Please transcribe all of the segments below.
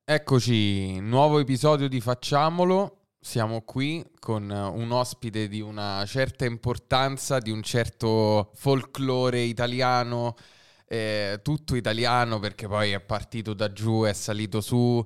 Eccoci, nuovo episodio di Facciamolo. Siamo qui con un ospite di una certa importanza, di un certo folklore italiano, tutto italiano perché poi è partito da giù, è salito su.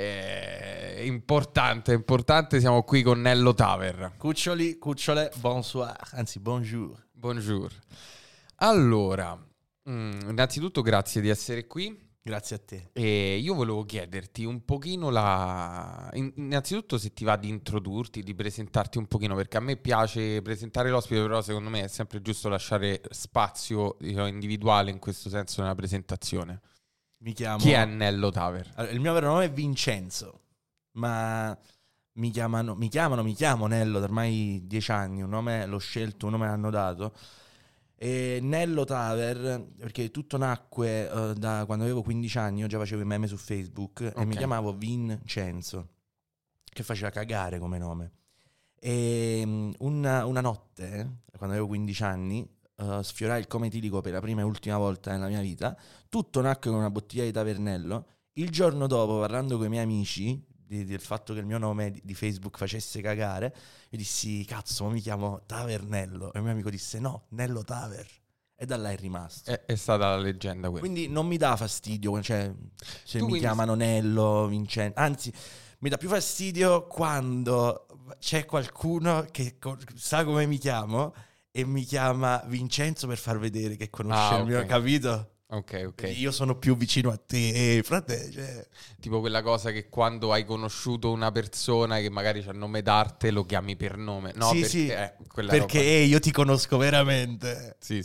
Importante. Siamo qui con Nello Taver. Cucciole, bonsoir, anzi bonjour. Bonjour. Allora, innanzitutto grazie di essere qui. Grazie a te. E io volevo chiederti un pochino innanzitutto se ti va di introdurti, di presentarti un pochino, perché a me piace presentare l'ospite, però secondo me è sempre giusto lasciare spazio, diciamo, individuale in questo senso nella presentazione. Mi chiamo... Chi è Nello Taver? Allora, il mio vero nome è Vincenzo, ma mi chiamo Nello da ormai 10 anni, un nome l'ho scelto, un nome l'hanno dato. E Nello Taver, perché tutto nacque da quando avevo 15 anni, io già facevo i meme su Facebook e mi chiamavo Vincenzo, che faceva cagare come nome. E una notte, quando avevo 15 anni, sfiorai il coma etilico per la prima e ultima volta nella mia vita. Tutto nacque con una bottiglia di Tavernello. Il giorno dopo, parlando con i miei amici del fatto che il mio nome di Facebook facesse cagare, io dissi, cazzo, ma mi chiamo Tavernello. E il mio amico disse, no, Nello Taver. E da là è rimasto. È stata la leggenda quella. Quindi non mi dà fastidio, cioè, se mi chiamano Nello, Vincenzo. Anzi, mi dà più fastidio quando c'è qualcuno che sa come mi chiamo e mi chiama Vincenzo per far vedere che conosce il mio, capito? Ok. Io sono più vicino a te, frate. Cioè. Tipo quella cosa che quando hai conosciuto una persona che magari c'ha il nome d'arte lo chiami per nome. No, sì, quella perché roba. io ti conosco veramente. Sì.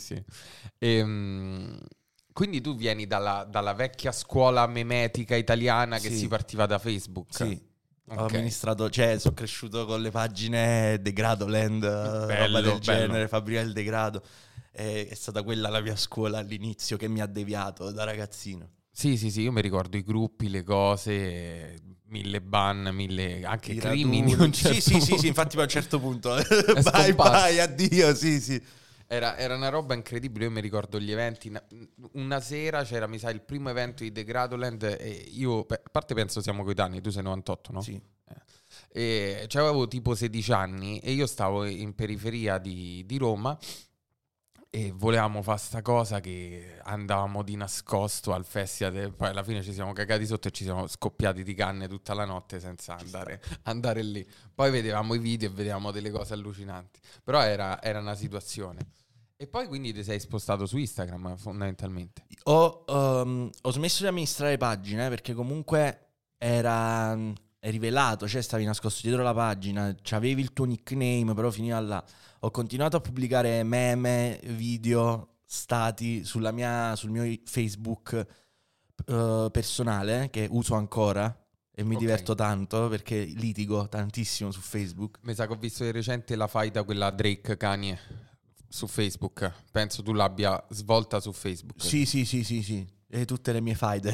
Quindi tu vieni dalla vecchia scuola memetica italiana che si partiva da Facebook? Sì. Ho amministrato, cioè sono cresciuto con le pagine Degradoland, roba del genere, Fabbrica del Degrado. È stata quella la mia scuola all'inizio che mi ha deviato da ragazzino. Sì, io mi ricordo i gruppi, le cose, 1000 ban, 1000 anche I crimini. Sì, infatti poi a un certo punto bye, addio, sì. Era una roba incredibile, io mi ricordo gli eventi, una sera c'era, mi sa, il primo evento di Degradoland e io, a parte penso siamo coetanei, tu sei 98, no? Sì. E avevo tipo 16 anni e io stavo in periferia di Roma e volevamo fare sta cosa che andavamo di nascosto al festival, poi alla fine ci siamo cagati sotto e ci siamo scoppiati di canne tutta la notte senza andare lì. Poi vedevamo i video e vedevamo delle cose allucinanti, però era una situazione. E poi quindi ti sei spostato su Instagram fondamentalmente. Ho smesso di amministrare pagine perché comunque era rivelato, cioè stavi nascosto dietro la pagina, c'avevi il tuo nickname, però finiva là. Ho continuato a pubblicare meme, video, stati sul mio Facebook personale, che uso ancora e mi diverto tanto perché litigo tantissimo su Facebook. Mi sa che ho visto di recente la faida, quella Drake Kanye su Facebook. Penso tu l'abbia svolta su Facebook. Sì. E tutte le mie faide.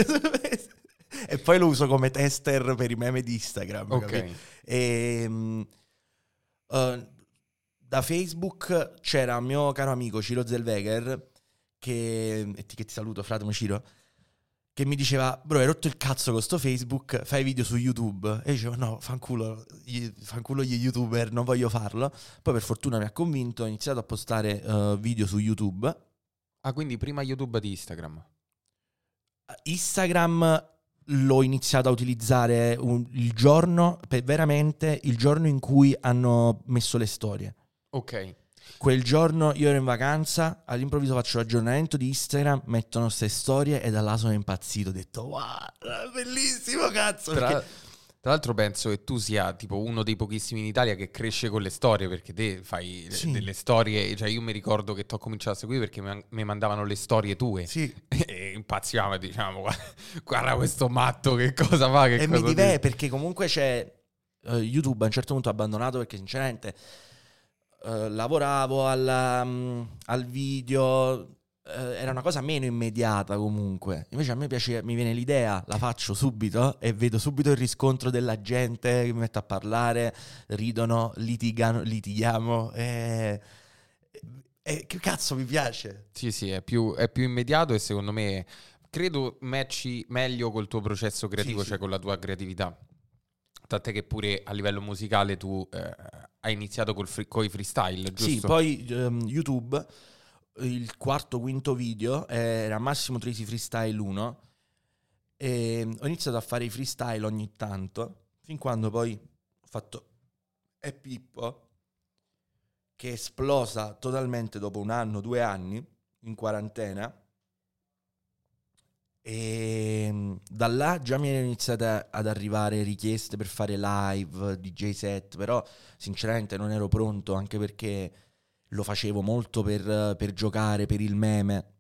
E poi lo uso come tester per i meme di Instagram. Ok. Da Facebook c'era un mio caro amico Ciro Zellweger, che ti saluto, frate Ciro, che mi diceva, bro, hai rotto il cazzo con sto Facebook, fai video su YouTube. E io dicevo, no, fanculo gli YouTuber, non voglio farlo. Poi per fortuna mi ha convinto, ho iniziato a postare video su YouTube. Ah, quindi prima YouTube di Instagram? Instagram l'ho iniziato a utilizzare veramente il giorno in cui hanno messo le storie. Ok. Quel giorno io ero in vacanza, all'improvviso faccio l'aggiornamento di Instagram, mettono queste storie e da là sono impazzito. Ho detto, wow, bellissimo, cazzo! Tra l'altro penso che tu sia tipo uno dei pochissimi in Italia che cresce con le storie, perché te fai delle storie, cioè io mi ricordo che ti ho cominciato a seguire perché mi mandavano le storie tue. Sì. E impazzivamo e diciamo, guarda questo matto che cosa fa, che e cosa mi diverte perché comunque c'è YouTube a un certo punto abbandonato perché sinceramente lavoravo al video, era una cosa meno immediata comunque. Invece a me piace, mi viene l'idea, la faccio subito e vedo subito il riscontro della gente che mi mette a parlare, ridono, litighiamo e che cazzo mi piace. Sì, è più immediato e secondo me credo matchi meglio col tuo processo creativo, Sì, cioè sì. con la tua creatività. Tant'è che pure a livello musicale tu hai iniziato con i freestyle, Sì, giusto? poi YouTube, il quarto, quinto video era Massimo Troisi Freestyle 1 e ho iniziato a fare i freestyle ogni tanto, fin quando poi ho fatto E Pippo, che è esplosa totalmente dopo 1 anno, 2 anni, in quarantena. E da là già mi erano iniziate ad arrivare richieste per fare live, DJ set, però sinceramente non ero pronto, anche perché lo facevo molto per giocare, per il meme.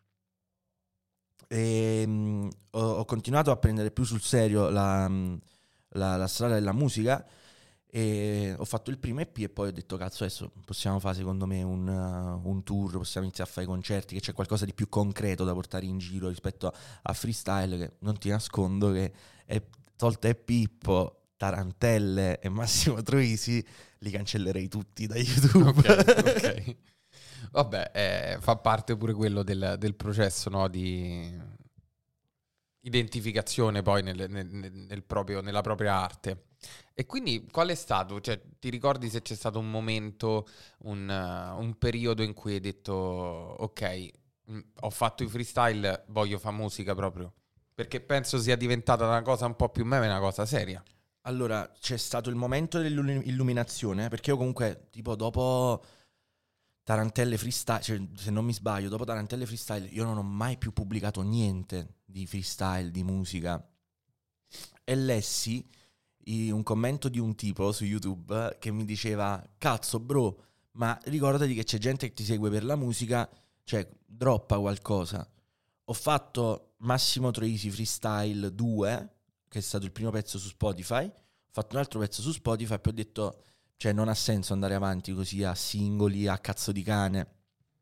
E ho continuato a prendere più sul serio la strada della musica e ho fatto il primo EP e poi ho detto cazzo adesso possiamo fare secondo me un tour, possiamo iniziare a fare i concerti, che c'è qualcosa di più concreto da portare in giro rispetto a freestyle, che non ti nascondo che è, tolto E Pippo, Tarantelle e Massimo Troisi, li cancellerei tutti da YouTube. Ok. Vabbè, fa parte pure quello del processo, no? Di identificazione poi nella propria arte. E quindi qual è stato? Cioè, ti ricordi se c'è stato un momento, un periodo in cui hai detto, ok, ho fatto i freestyle, voglio fare musica proprio? Perché penso sia diventata una cosa un po' più meme, una cosa seria. Allora, c'è stato il momento dell'illuminazione, perché io comunque, tipo, dopo Tarantelle Freestyle, cioè, se non mi sbaglio, dopo Tarantelle Freestyle, io non ho mai più pubblicato niente di freestyle, di musica. E lessi un commento di un tipo su YouTube che mi diceva, cazzo, bro, ma ricordati che c'è gente che ti segue per la musica, cioè, droppa qualcosa. Ho fatto Massimo Troisi Freestyle 2, che è stato il primo pezzo su Spotify. Ho fatto un altro pezzo su Spotify e poi ho detto, cioè non ha senso andare avanti così a singoli, a cazzo di cane.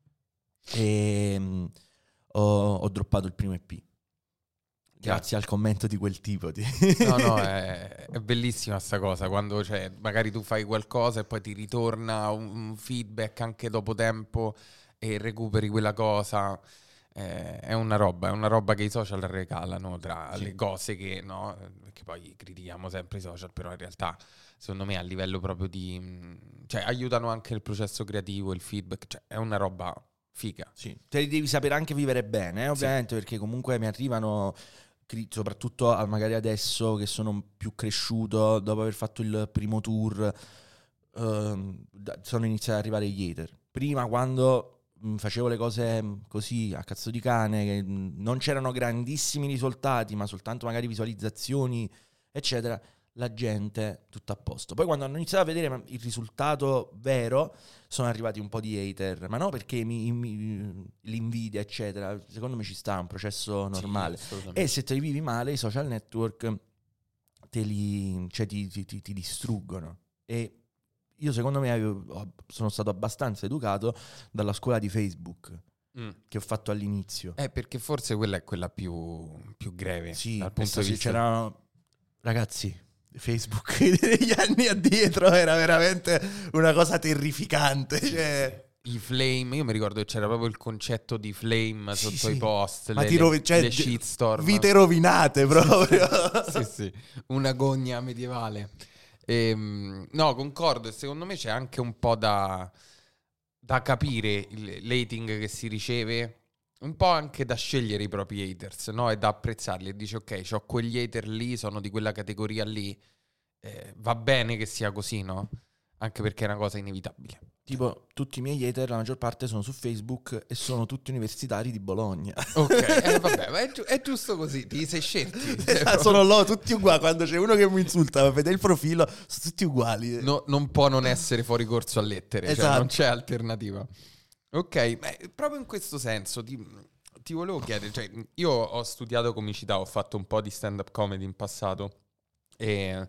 E ho droppato il primo EP. Chiaro. Grazie al commento di quel tipo. No, no, è bellissima sta cosa, quando cioè, magari tu fai qualcosa e poi ti ritorna un feedback anche dopo tempo e recuperi quella cosa. È una roba che i social regalano tra Sì. le cose che, no, perché poi critichiamo sempre i social, però in realtà secondo me a livello proprio di, cioè aiutano anche il processo creativo, il feedback, cioè è una roba figa. Sì, te li devi sapere anche vivere bene, Sì, ovviamente, perché comunque mi arrivano, soprattutto magari adesso che sono più cresciuto, dopo aver fatto il primo tour, sono iniziati ad arrivare gli hater. Prima, quando facevo le cose così a cazzo di cane, che non c'erano grandissimi risultati, ma soltanto magari visualizzazioni, eccetera, la gente tutto a posto. Poi quando hanno iniziato a vedere il risultato vero, sono arrivati un po' di hater, ma no perché l'invidia, eccetera. Secondo me ci sta, è un processo sì, normale. E assolutamente. se te li vivi male, i social network cioè, ti distruggono. E io, secondo me, sono stato abbastanza educato dalla scuola di Facebook Mm. che ho fatto all'inizio. Perché forse quella è quella più greve Sì, dal punto di vista. c'erano ragazzi. Facebook degli anni addietro era veramente una cosa terrificante. Sì, Cioè, sì. I flame, io mi ricordo che c'era proprio il concetto di flame sì, sotto i sì. post, Ma cioè, le shitstorm. vite rovinate proprio. Sì, sì, una gogna medievale. No, concordo, e secondo me c'è anche un po' da capire l'hating che si riceve, un po' anche da scegliere i propri haters, no? E da apprezzarli. E dici, ok, ho quegli hater lì, sono di quella categoria lì, va bene che sia così, no? Anche perché è una cosa inevitabile. Cioè, Tipo, tutti i miei hater, la maggior parte sono su Facebook e sono tutti universitari di Bologna. ok, vabbè, ma è giusto così, ti sei scelti. Sono loro tutti uguali. Quando c'è uno che mi insulta, vede il profilo, sono tutti uguali. Non può non essere fuori corso a lettere, cioè non Esatto. c'è alternativa. Ok, proprio in questo senso ti volevo chiedere, cioè, io ho studiato comicità, ho fatto un po' di stand-up comedy in passato e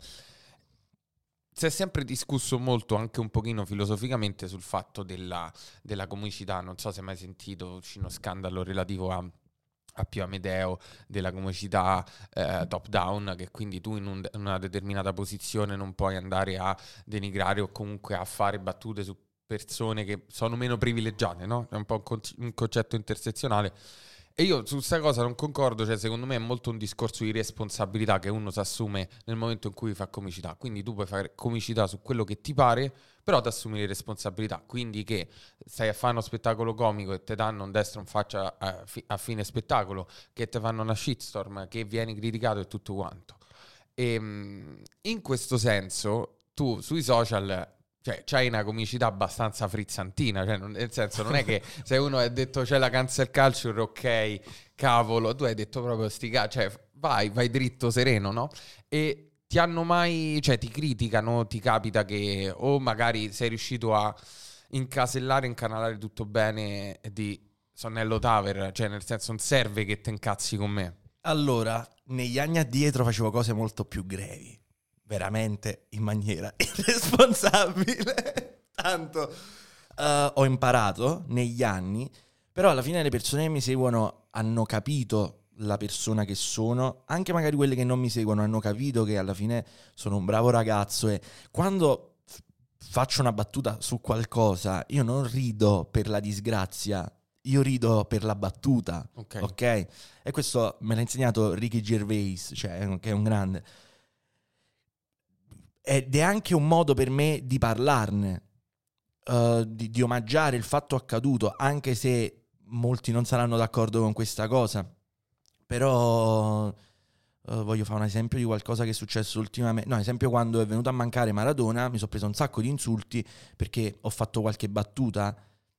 si è sempre discusso molto, anche un pochino filosoficamente, sul fatto della comicità. Non so se hai mai sentito, c'è uno scandalo relativo a Pio Amedeo, della comicità top down, che quindi tu in una determinata posizione non puoi andare a denigrare o comunque a fare battute su persone che sono meno privilegiate, no? È un po' un concetto intersezionale. E io su questa cosa non concordo, cioè secondo me è molto un discorso di responsabilità che uno si assume nel momento in cui fa comicità. Quindi tu puoi fare comicità su quello che ti pare, però ti assumi le responsabilità. Quindi che stai a fare uno spettacolo comico e ti danno un destro in faccia a fine spettacolo, che ti fanno una shitstorm, che vieni criticato e tutto quanto. In questo senso, tu sui social, cioè, c'hai una comicità abbastanza frizzantina, cioè, nel senso, non è che se uno ha detto c'è la cancel culture, ok, cavolo, tu hai detto proprio cioè, vai dritto sereno, no? E ti hanno mai, cioè, ti criticano, ti capita che, o magari sei riuscito a incanalare tutto bene di Sonnello Taver, cioè, nel senso, non serve che te incazzi con me. Allora, negli anni addietro facevo cose molto più grevi, veramente in maniera irresponsabile. Tanto ho imparato negli anni, però alla fine le persone che mi seguono hanno capito la persona che sono, anche magari quelle che non mi seguono hanno capito che alla fine sono un bravo ragazzo e quando faccio una battuta su qualcosa, io non rido per la disgrazia, io rido per la battuta, ok? E questo me l'ha insegnato Ricky Gervais, cioè, che è un grande. Ed è anche un modo per me di parlarne, di omaggiare il fatto accaduto, anche se molti non saranno d'accordo con questa cosa. Però voglio fare un esempio di qualcosa che è successo ultimamente. No, ad esempio quando è venuto a mancare Maradona, mi sono preso un sacco di insulti perché ho fatto qualche battuta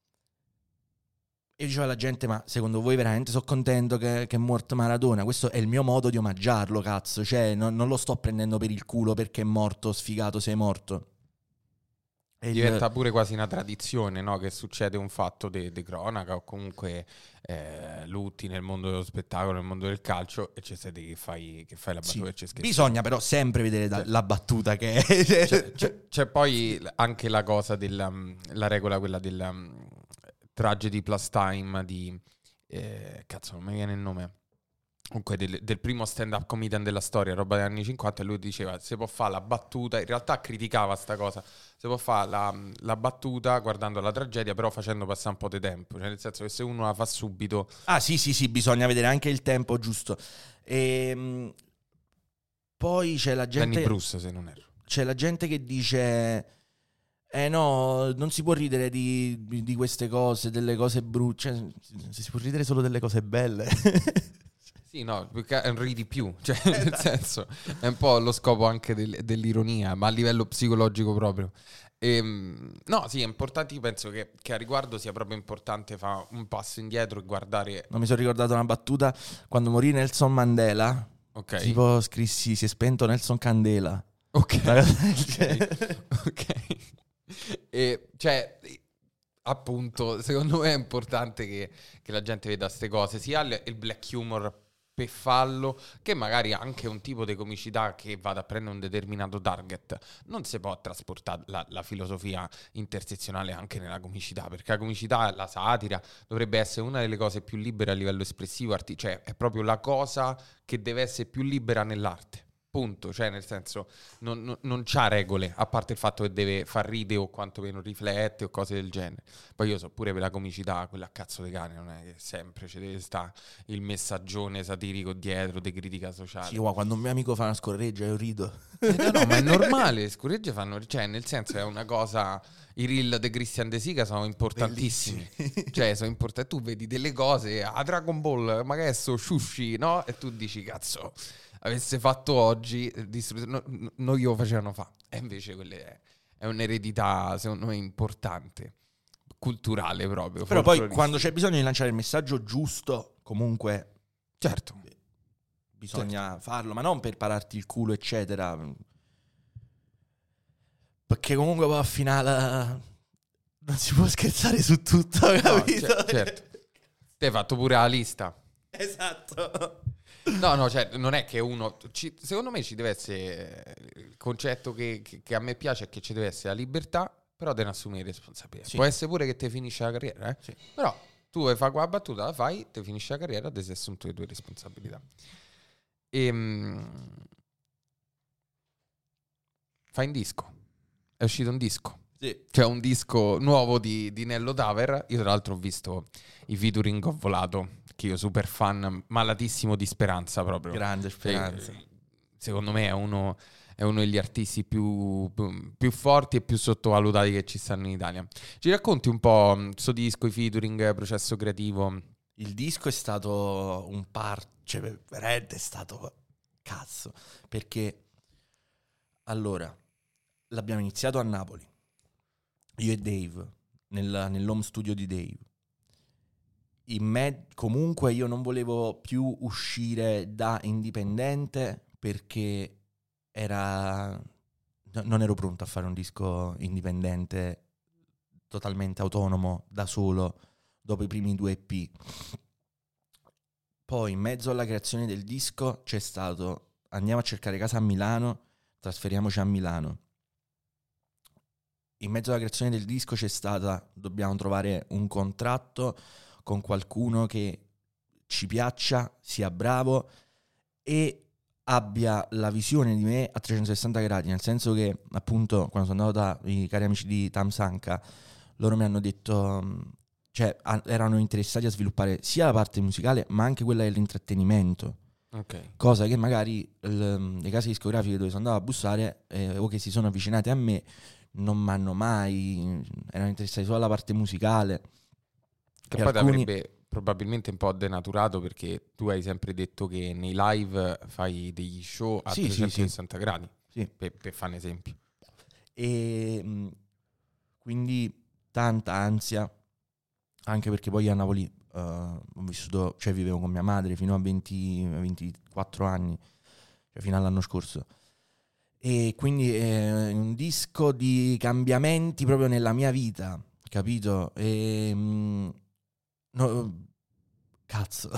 e dicevo alla gente, ma secondo voi veramente sono contento che è morto Maradona? Questo è il mio modo di omaggiarlo, cazzo. Cioè, non lo sto prendendo per il culo perché è morto, sfigato sei morto. Diventa pure quasi una tradizione, no? Che succede un fatto di cronaca o comunque lutti nel mondo dello spettacolo, nel mondo del calcio e c'è siete che fai la battuta Sì. e c'è scherzo. Bisogna però sempre vedere Certo. la battuta che è. C'è poi anche la cosa la regola quella del tragedy plus time di cazzo non mi viene il nome. Comunque del primo stand-up comedian della storia, roba degli anni 50, e lui diceva si può fare la battuta, in realtà criticava sta cosa, si può fare la battuta guardando la tragedia però facendo passare un po' di tempo, cioè nel senso che se uno la fa subito... Ah sì, bisogna vedere anche il tempo giusto. Poi c'è la gente... Danny Bruce, se non erro. C'è la gente che dice... no, non si può ridere di queste cose, delle cose brutte, cioè, si può ridere solo delle cose belle. Sì, no, perché ridi più, cioè nel senso è un po' lo scopo anche dell'ironia, ma a livello psicologico proprio. No, sì, è importante, io penso che a riguardo sia proprio importante fare un passo indietro e guardare... Non mi sono ricordato una battuta, quando morì Nelson Mandela, Ok. tipo scrissi si è spento Nelson Candela. Ok. Ok. Ok. E, cioè, appunto, secondo me è importante che la gente veda queste cose, sia il black humor per fallo, che magari anche un tipo di comicità che vada a prendere un determinato target. Non si può trasportare la filosofia intersezionale anche nella comicità, perché la comicità, la satira, dovrebbe essere una delle cose più libere a livello espressivo, cioè è proprio la cosa che deve essere più libera nell'arte. Punto, cioè nel senso non c'ha regole, a parte il fatto che deve far ridere o quantomeno riflette o cose del genere. Poi io so pure per la comicità, quella a cazzo di cane, non è che sempre ci deve stare il messaggione satirico dietro, di critica sociale. Sì, quando un mio amico fa una scorreggia io rido. No, ma è normale, le scorregge fanno, cioè nel senso è una cosa, i reel di Christian De Sica sono importantissimi. Cioè sono importanti, tu vedi delle cose a Dragon Ball, magari so Shushi, no? E tu dici cazzo, avesse fatto oggi, non glielo facevano fa. E invece quelle è un'eredità secondo me importante, culturale proprio. Però poi quando c'è bisogno di lanciare il messaggio giusto, comunque certo, bisogna farlo, ma non per pararti il culo, eccetera. Perché comunque poi al finale non si può scherzare su tutto, capito? No, certo. Te hai fatto pure la lista. Esatto. No, cioè, non è che uno... secondo me ci deve essere... Il concetto che a me piace è che ci deve essere la libertà, però te ne assumi le responsabilità. Sì. Può essere pure che te finisce la carriera, Sì. Però tu vuoi fare quella battuta, la fai, te finisce la carriera, te sei assunto le tue responsabilità. Fai un disco. È uscito un disco. Sì. C'è un disco nuovo di Nello Taver. Io tra l'altro ho visto i featuring, ho volato, che io super fan, malatissimo di Speranza proprio. Grande Speranza. Secondo me è uno degli artisti più forti e più sottovalutati che ci stanno in Italia. Ci racconti un po' sto disco, i featuring, processo creativo? Il disco è stato cioè veramente è stato cazzo, perché allora l'abbiamo iniziato a Napoli, io e Dave, nell'home studio di Dave. Comunque io non volevo più uscire da indipendente perché non ero pronto a fare un disco indipendente totalmente autonomo da solo dopo i primi 2 EP. Poi in mezzo alla creazione del disco c'è stato andiamo a cercare casa a Milano, trasferiamoci a Milano. In mezzo alla creazione del disco c'è stata dobbiamo trovare un contratto con qualcuno che ci piaccia, sia bravo e abbia la visione di me a 360 gradi, nel senso che appunto quando sono andato dai cari amici di Tamsanka, loro mi hanno detto, cioè erano interessati a sviluppare sia la parte musicale ma anche quella dell'intrattenimento. Ok. Cosa che magari le case discografiche dove sono andato a bussare o che si sono avvicinate a me non mi hanno mai, erano interessati solo alla parte musicale. Che E poi ti alcuni... avrebbe probabilmente un po' denaturato, perché tu hai sempre detto che nei live fai degli show a Sì, 360 gradi, sì. per fare un esempio. E quindi tanta ansia, anche perché poi a Napoli ho vissuto, cioè vivevo con mia madre fino a 24 anni, cioè fino all'anno scorso. E quindi è un disco di cambiamenti proprio nella mia vita, capito? No, cazzo.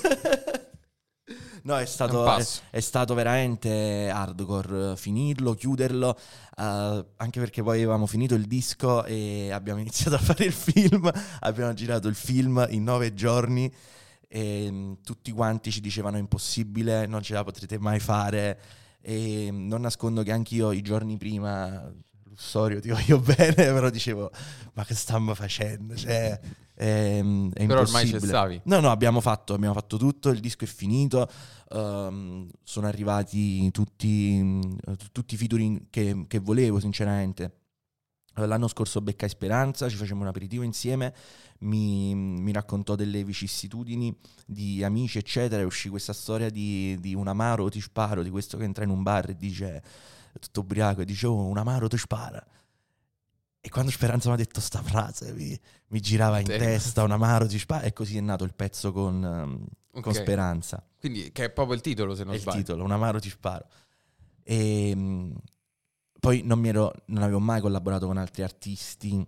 No, È un passo. è stato veramente hardcore finirlo, chiuderlo, anche perché poi avevamo finito il disco e abbiamo iniziato a fare il film, abbiamo girato il film in 9 giorni e tutti quanti ci dicevano è impossibile, non ce la potrete mai fare e non nascondo che anch'io i giorni prima, Lussorio ti voglio bene, però dicevo ma che stiamo facendo? Cioè... È Però ormai ci impossibile. stavi. No, abbiamo fatto tutto, il disco è finito, sono arrivati tutti i featuring che volevo sinceramente. L'anno scorso beccai Speranza, ci facemmo un aperitivo insieme, mi raccontò delle vicissitudini di amici eccetera e uscì questa storia di un amaro ti sparo, di questo che entra in un bar e dice tutto ubriaco e dice oh un amaro ti spara. E quando Speranza mi ha detto sta frase mi girava in testa, un amaro ti spara, e così è nato il pezzo con Ok. Speranza. Quindi, che è proprio il titolo, se non È il sbaglio. titolo, un amaro ti sparo. E poi non avevo mai collaborato con altri artisti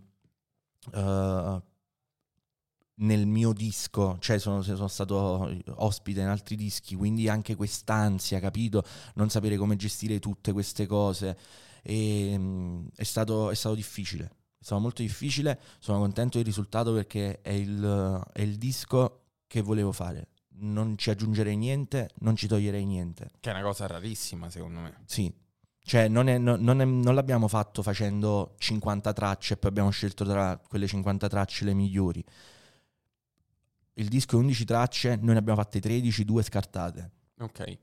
nel mio disco, cioè sono stato ospite in altri dischi, quindi anche quest'ansia, capito? Non sapere come gestire tutte queste cose. È stato difficile, è stato molto difficile. Sono contento del risultato perché è il disco che volevo fare. Non ci aggiungerei niente, non ci toglierei niente. Che è una cosa rarissima, secondo me. Sì, cioè non l'abbiamo fatto facendo 50 tracce e poi abbiamo scelto tra quelle 50 tracce le migliori. Il disco è 11 tracce, noi ne abbiamo fatte 13, 2 scartate. Ok.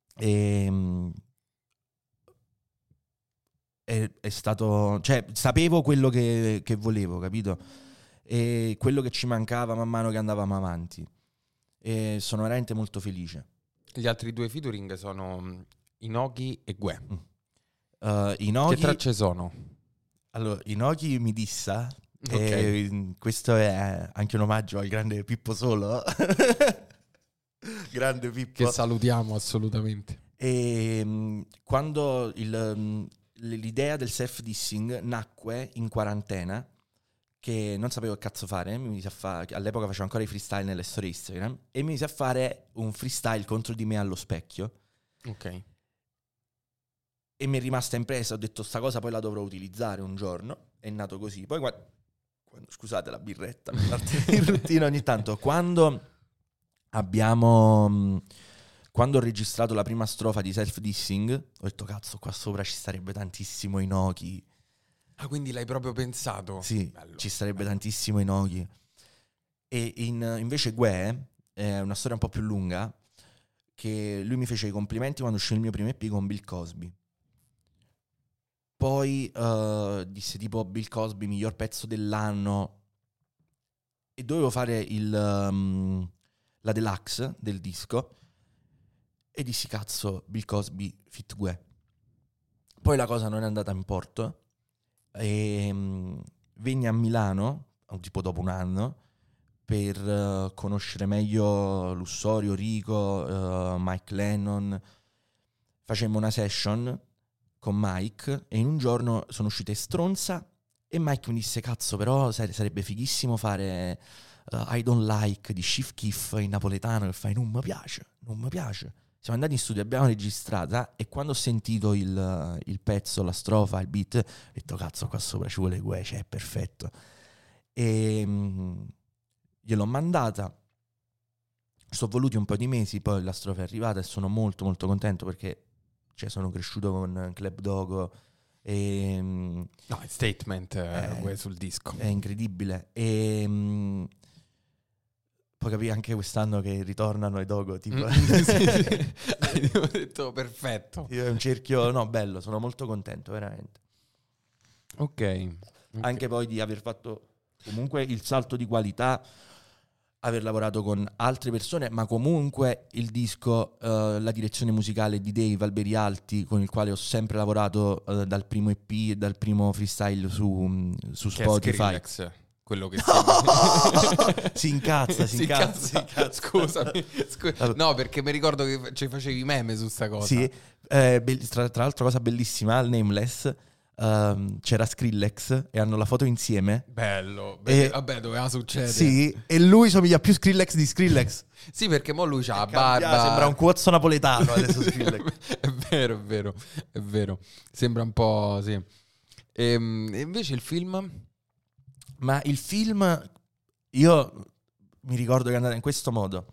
È stato, cioè sapevo quello che volevo, capito? E quello che ci mancava man mano che andavamo avanti. E sono veramente molto felice. Gli altri 2 featuring sono Inoki e Gue. Inoki, Che tracce sono? allora, Inoki mi dissa, Ok. e questo è anche un omaggio al grande Pippo Solo. Grande Pippo. Che salutiamo assolutamente. E quando l'idea del self-dissing nacque in quarantena, che non sapevo che cazzo fare, mi mise a all'epoca facevo ancora i freestyle nelle storie Instagram, e mi mise a fare un freestyle contro di me allo specchio. Ok. E mi è rimasta impressa, ho detto sta cosa poi la dovrò utilizzare un giorno, è nato così. Poi scusate la birretta, in routine ogni tanto, quando ho registrato la prima strofa di Self Dissing, ho detto cazzo qua sopra ci starebbe tantissimo Inoki. Ah, quindi l'hai proprio pensato? Sì, Bello. ci starebbe tantissimo Inoki. E invece Gue è una storia un po' più lunga, che lui mi fece i complimenti quando uscì il mio primo EP con Bill Cosby. Poi disse tipo Bill Cosby, miglior pezzo dell'anno. E dovevo fare la deluxe del disco. E dissi cazzo, Bill Cosby fit Gue. Poi la cosa non è andata in porto. E venni a Milano, tipo dopo un anno, per conoscere meglio Lussorio, Rico, Mike Lennon. Facemmo una session con Mike e in un giorno sono uscite Stronza e Mike mi disse cazzo però sarebbe fighissimo fare I Don't Like di Chief Keef in napoletano, che fai non mi piace. Siamo andati in studio, abbiamo registrata e quando ho sentito il pezzo, la strofa, il beat, ho detto cazzo qua sopra ci vuole Gue, cioè è perfetto. E gliel'ho mandata. Sono voluti un po' di mesi, poi la strofa è arrivata e sono molto molto contento perché sono cresciuto con Club Dogo e No, è statement Gue sul disco. è incredibile. E poi capì anche quest'anno che ritornano i Dogo, tipo Sì. Ho detto perfetto. è un cerchio, no, bello, sono molto contento, veramente. Ok. Anche poi di aver fatto comunque il salto di qualità, aver lavorato con altre persone, ma comunque il disco, la direzione musicale di Dave Alberialti, con il quale ho sempre lavorato dal primo EP e dal primo freestyle su Che Spotify. è Skrillex, quello che Si incazza. Scusami. No, perché mi ricordo che ci facevi meme su sta cosa. Sì, tra l'altro cosa bellissima, al Nameless c'era Skrillex e hanno la foto insieme. Bello. E- Vabbè, doveva succedere. Sì, e lui somiglia più Skrillex di Skrillex. Sì, perché mo lui c'ha la Cambia, barba. sembra un cuozzo napoletano adesso Skrillex. È vero. Sembra un po', sì. E invece il film? Ma il film, io mi ricordo che è andata in questo modo.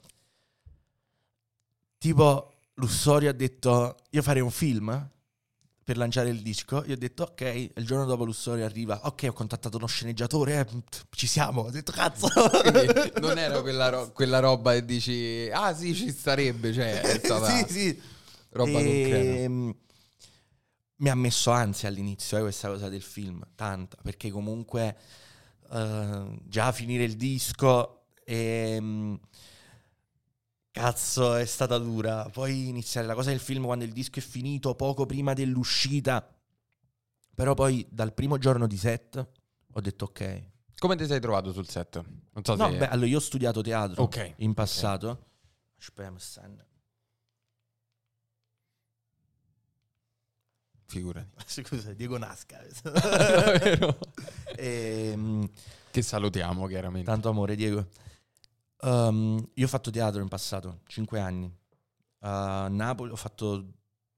Tipo, Lussorio ha detto, io farei un film per lanciare il disco. Io ho detto, ok. E il giorno dopo Lussorio arriva, ok, ho contattato uno sceneggiatore, ci siamo. Ho detto, cazzo. Quindi non era quella roba che dici, ah sì, ci starebbe, cioè è stata sì. roba concreta. Mi ha messo ansia all'inizio questa cosa del film, tanta, perché comunque già finire il disco cazzo è stata dura. Poi iniziare la cosa del film quando il disco è finito, poco prima dell'uscita. Però poi dal primo giorno di set ho detto ok. Come ti sei trovato sul set? Non so No, se... beh, allora io ho studiato teatro Ok, in passato. Aspetta, stanno. Figurati. Scusa, Diego Nasca. Vero? Che salutiamo chiaramente. Tanto amore, Diego. Io ho fatto teatro in passato, 5 anni. A Napoli ho fatto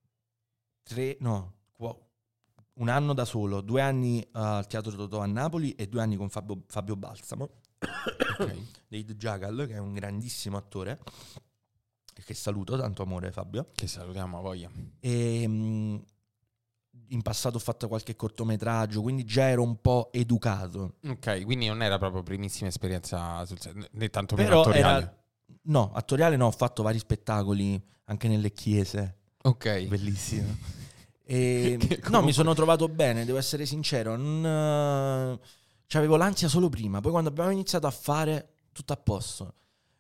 un anno da solo, 2 anni al Teatro Totò a Napoli e 2 anni con Fabio Balsamo, Ok. dei The Jackal, che è un grandissimo attore, che saluto, tanto amore Fabio. Che salutiamo a voglia. E in passato ho fatto qualche cortometraggio, quindi già ero un po' educato. Ok, quindi non era proprio primissima esperienza sul set, né tanto meno Però attoriale. no, attoriale no, ho fatto vari spettacoli anche nelle chiese. Ok. Bellissimo. E Che no, comunque- mi sono trovato bene, devo essere sincero. C'avevo l'ansia solo prima, poi quando abbiamo iniziato a fare, tutto a posto.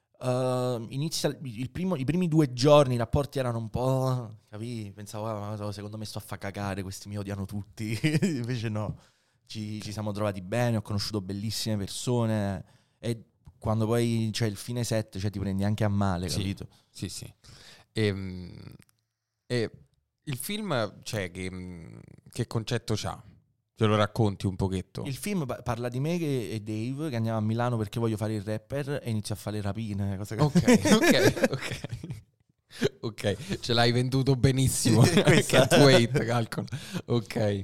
I primi 2 giorni i rapporti erano un po', capì? Pensavo, ma secondo me sto a fa cagare, questi mi odiano tutti. Invece no, ci siamo trovati bene, ho conosciuto bellissime persone e quando poi c'è il fine set, cioè ti prendi anche a male, Sì. capito? Sì. E il film, cioè, che concetto c'ha? Ce lo racconti un pochetto? Il film parla di me e Dave che andiamo a Milano perché voglio fare il rapper e inizio a fare le rapine, cose così. Ok, ce l'hai venduto benissimo. Questa- Can't wait, calcolo. Ok.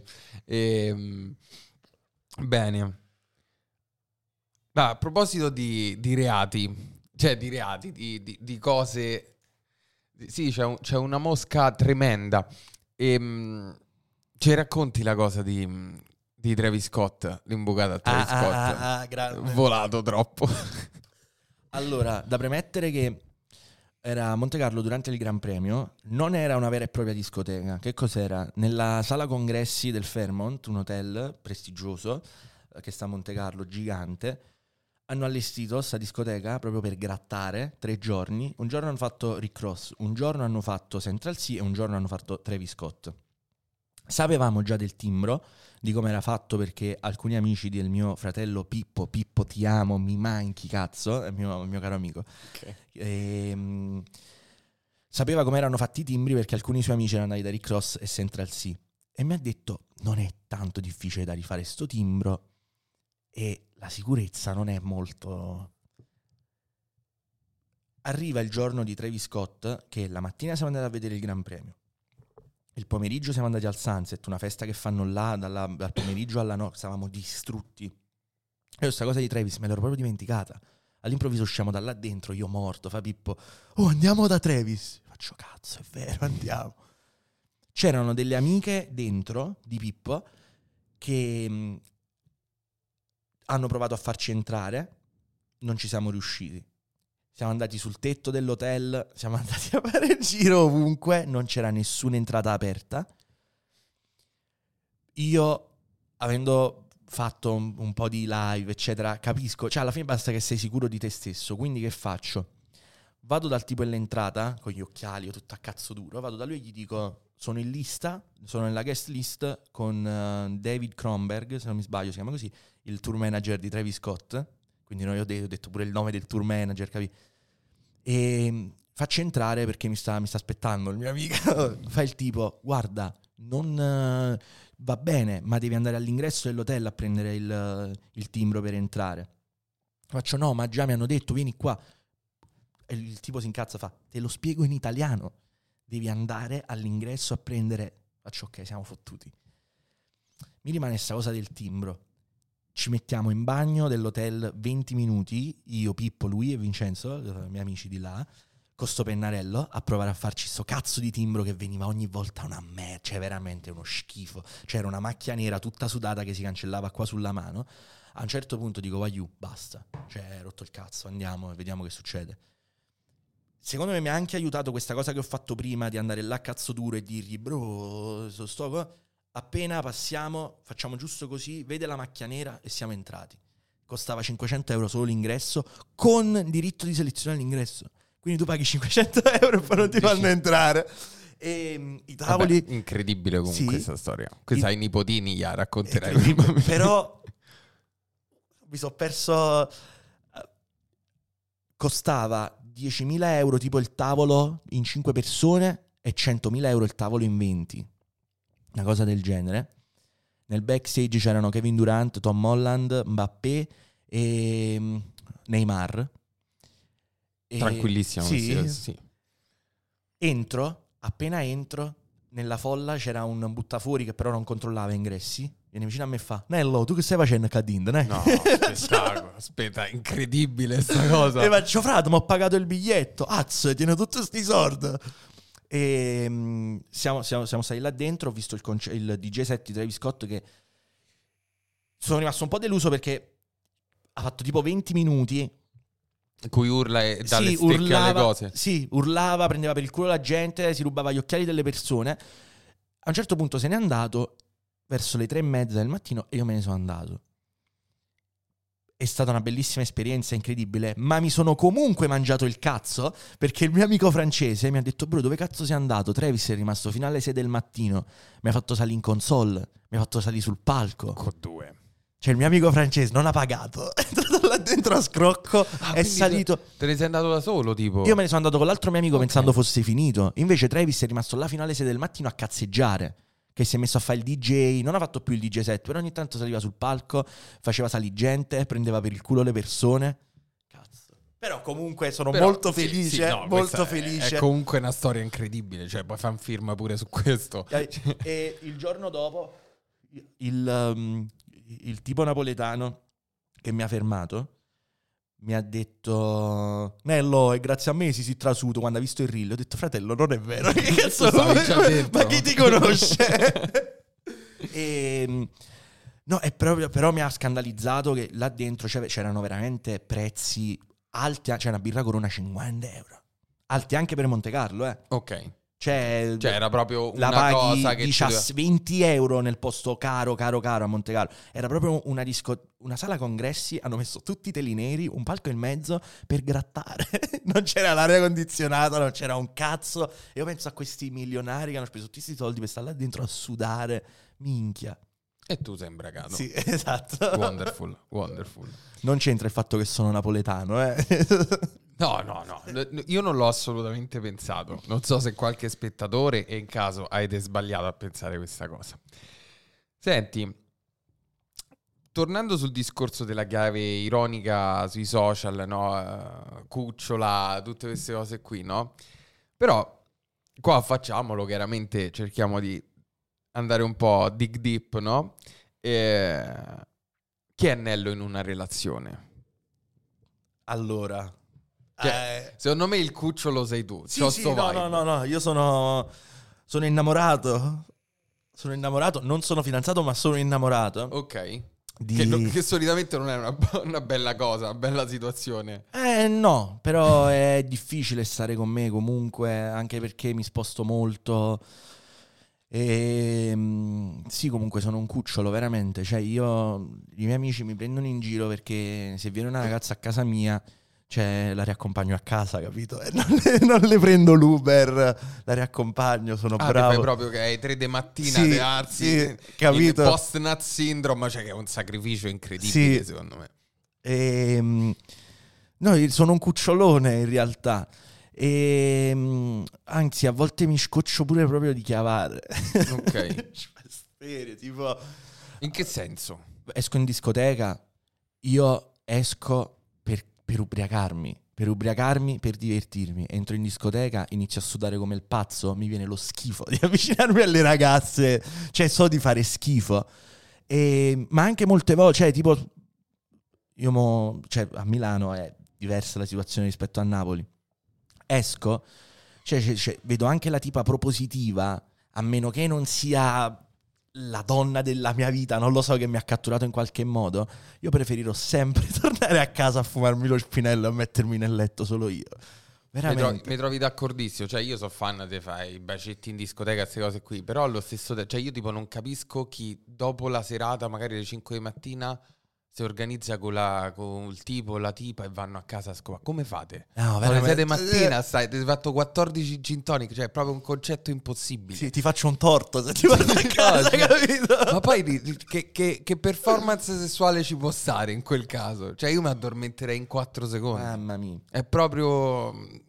Bene. Ma a proposito di reati, cioè di reati, di cose... Sì, c'è una mosca tremenda. Ci racconti la cosa di Di Travis Scott, l'imbucata a Travis Scott. Grande. Volato troppo. Allora, da premettere che era a Monte Carlo durante il Gran Premio, non era una vera e propria discoteca. Che cos'era? Nella sala congressi del Fairmont, un hotel prestigioso che sta a Monte Carlo, gigante, hanno allestito sta discoteca proprio per grattare 3 giorni. Un giorno hanno fatto Rick Ross, un giorno hanno fatto Central C e un giorno hanno fatto Travis Scott. Sapevamo già del timbro, di come era fatto, perché alcuni amici del mio fratello Pippo ti amo, mi manchi cazzo, è il mio caro amico, sapeva come erano fatti i timbri perché alcuni suoi amici erano andati da Rick Ross e Central C e mi ha detto non è tanto difficile da rifare sto timbro e la sicurezza non è molto... Arriva il giorno di Travis Scott, che la mattina siamo andati a vedere il Gran Premio. Il pomeriggio siamo andati al Sunset, una festa che fanno là dal pomeriggio alla notte, stavamo distrutti. E questa cosa di Travis me l'ero proprio dimenticata. All'improvviso usciamo da là dentro, io morto, fa Pippo, oh andiamo da Travis. Faccio cazzo, è vero, andiamo. C'erano delle amiche dentro di Pippo che hanno provato a farci entrare, non ci siamo riusciti. Siamo andati sul tetto dell'hotel, siamo andati a fare il giro ovunque, non c'era nessuna entrata aperta. Io, avendo fatto un po' di live, eccetera, capisco, cioè alla fine basta che sei sicuro di te stesso, quindi che faccio? Vado dal tipo dell'entrata, con gli occhiali, io tutto a cazzo duro, vado da lui e gli dico, sono in lista, sono nella guest list con David Kronberg, se non mi sbaglio si chiama così, il tour manager di Travis Scott. Quindi io ho detto pure il nome del tour manager, capi? E faccio entrare perché mi sta aspettando il mio amico. Fa il tipo, guarda, non va bene, ma devi andare all'ingresso dell'hotel a prendere il timbro per entrare. Faccio no, ma già mi hanno detto, vieni qua. E il tipo si incazza, fa, te lo spiego in italiano. Devi andare all'ingresso a prendere... Faccio ok, siamo fottuti. Mi rimane sta cosa del timbro. Ci mettiamo in bagno dell'hotel 20 minuti, io, Pippo, lui e Vincenzo, i miei amici di là, con sto pennarello, a provare a farci sto cazzo di timbro che veniva ogni volta una merda, cioè veramente uno schifo. C'era una macchia nera tutta sudata che si cancellava qua sulla mano. A un certo punto dico, vai giù, basta. Cioè, rotto il cazzo, andiamo e vediamo che succede. Secondo me mi ha anche aiutato questa cosa che ho fatto prima, di andare là a cazzo duro e dirgli, bro, sto... Appena passiamo, facciamo giusto così, vede la macchia nera e siamo entrati. Costava 500 euro solo l'ingresso, con diritto di selezione all'ingresso. Quindi tu paghi 500 euro e poi non ti fanno entrare. E i tavoli... Vabbè, incredibile comunque sì, questa storia. Questa ai nipotini gliela racconterai. Però mi sono perso... Costava 10.000 euro tipo il tavolo in 5 persone e 100.000 euro il tavolo in 20. Una cosa del genere. Nel backstage c'erano Kevin Durant, Tom Holland, Mbappé e Neymar. Tranquillissimo. Sì. Appena entro, nella folla c'era un buttafuori che però non controllava ingressi. Viene vicino a me e fa, Nello, tu che stai facendo a Cadinda? No, spettacolo. Aspetta, incredibile sta cosa. E faccio, frate, mi ho pagato il biglietto. Azzo, tiene tutti sti soldi. E siamo stati là dentro, ho visto il DJ set di Travis Scott, che sono rimasto un po' deluso perché ha fatto tipo 20 minuti in cui urla e dà le stecche alle cose. Sì, urlava, prendeva per il culo la gente, si rubava gli occhiali delle persone. A un certo punto se n'è andato verso le 3:30 del mattino e io me ne sono andato. È stata una bellissima esperienza, incredibile, ma mi sono comunque mangiato il cazzo perché il mio amico francese mi ha detto, bro, dove cazzo sei andato? Travis è rimasto fino alle 6 del mattino, mi ha fatto salire in console, mi ha fatto salire sul palco. Con 2. Cioè il mio amico francese non ha pagato, è entrato là dentro a scrocco, è salito. Te ne sei andato da solo, tipo? Io me ne sono andato con l'altro mio amico pensando fosse finito. Invece Travis è rimasto là fino alle 6 del mattino a cazzeggiare, che si è messo a fare il DJ, non ha fatto più il DJ set, però ogni tanto saliva sul palco, faceva salire gente, prendeva per il culo le persone. Cazzo. Però comunque sono molto felice, molto felice. È comunque una storia incredibile, cioè puoi fare un film pure su questo. E il giorno dopo il tipo napoletano che mi ha fermato mi ha detto, Nello, è grazie a me si trasuto quando ha visto il reel. Ho detto, fratello, non è vero. Che cazzo? Ma chi ti conosce? E No, è proprio, però mi ha scandalizzato che là dentro c'erano veramente prezzi alti, c'è una birra Corona 50 euro. Alti anche per Monte Carlo, eh. Ok. Cioè Era proprio la una paghi cosa che 20 euro nel posto caro a Monte Carlo. Era proprio una sala congressi, hanno messo tutti i teli neri, un palco in mezzo per grattare. Non c'era l'aria condizionata, non c'era un cazzo. E io penso a questi milionari che hanno speso tutti questi soldi per stare là dentro a sudare. Minchia. E tu sei imbragato. Sì, esatto. Wonderful. Non c'entra il fatto che sono napoletano, eh. No, io non l'ho assolutamente pensato. Non so se qualche spettatore, e in caso avete sbagliato a pensare questa cosa. Senti, tornando sul discorso della chiave ironica sui social, no? Cucciola, tutte queste cose qui, no? Però qua facciamolo, chiaramente cerchiamo di andare un po' dig deep, no? Chi è Nello in una relazione? Allora... secondo me il cucciolo sei tu. Sì, no, io sono innamorato. Sono innamorato, non sono fidanzato, ma sono innamorato. Ok. Che solitamente non è una bella cosa, una bella situazione. No, però è difficile stare con me comunque, anche perché mi sposto molto. Sì, comunque sono un cucciolo, veramente. Cioè, i miei amici mi prendono in giro perché se viene una ragazza a casa mia, cioè, la riaccompagno a casa, capito? Non le prendo l'Uber, la riaccompagno, sono bravo. Fai proprio che hai 3 di mattina, sì, te alzi, sì, capito? Post-nut syndrome, cioè che è un sacrificio incredibile, sì. secondo me. No, io sono un cucciolone in realtà. Anzi, a volte mi scoccio pure proprio di chiavare. Ok. Tipo, in che senso? Esco in discoteca, io esco per ubriacarmi, per divertirmi. Entro in discoteca, inizio a sudare come il pazzo, mi viene lo schifo di avvicinarmi alle ragazze, cioè so di fare schifo. Ma anche molte volte, cioè tipo, cioè, a Milano è diversa la situazione rispetto a Napoli. Esco, cioè, vedo anche la tipa propositiva, a meno che non sia la donna della mia vita, non lo so, che mi ha catturato in qualche modo, io preferirò sempre tornare a casa a fumarmi lo spinello e a mettermi nel letto solo io. Veramente. Mi trovi d'accordissimo, cioè io sono fan, te fai i bacetti in discoteca, queste cose qui, però allo stesso tempo, cioè io tipo non capisco chi dopo la serata, magari alle 5 di mattina, si organizza con il tipo, la tipa e vanno a casa a scopare. Come fate? No, alle 6 di veramente. mattina ti hai fatto 14 gin tonic, cioè è proprio un concetto impossibile. Sì, ti faccio un torto se ti porto a casa, capito? Ma poi che performance sessuale ci può stare in quel caso? Cioè io mi addormenterei in 4 secondi. Mamma mia. È proprio...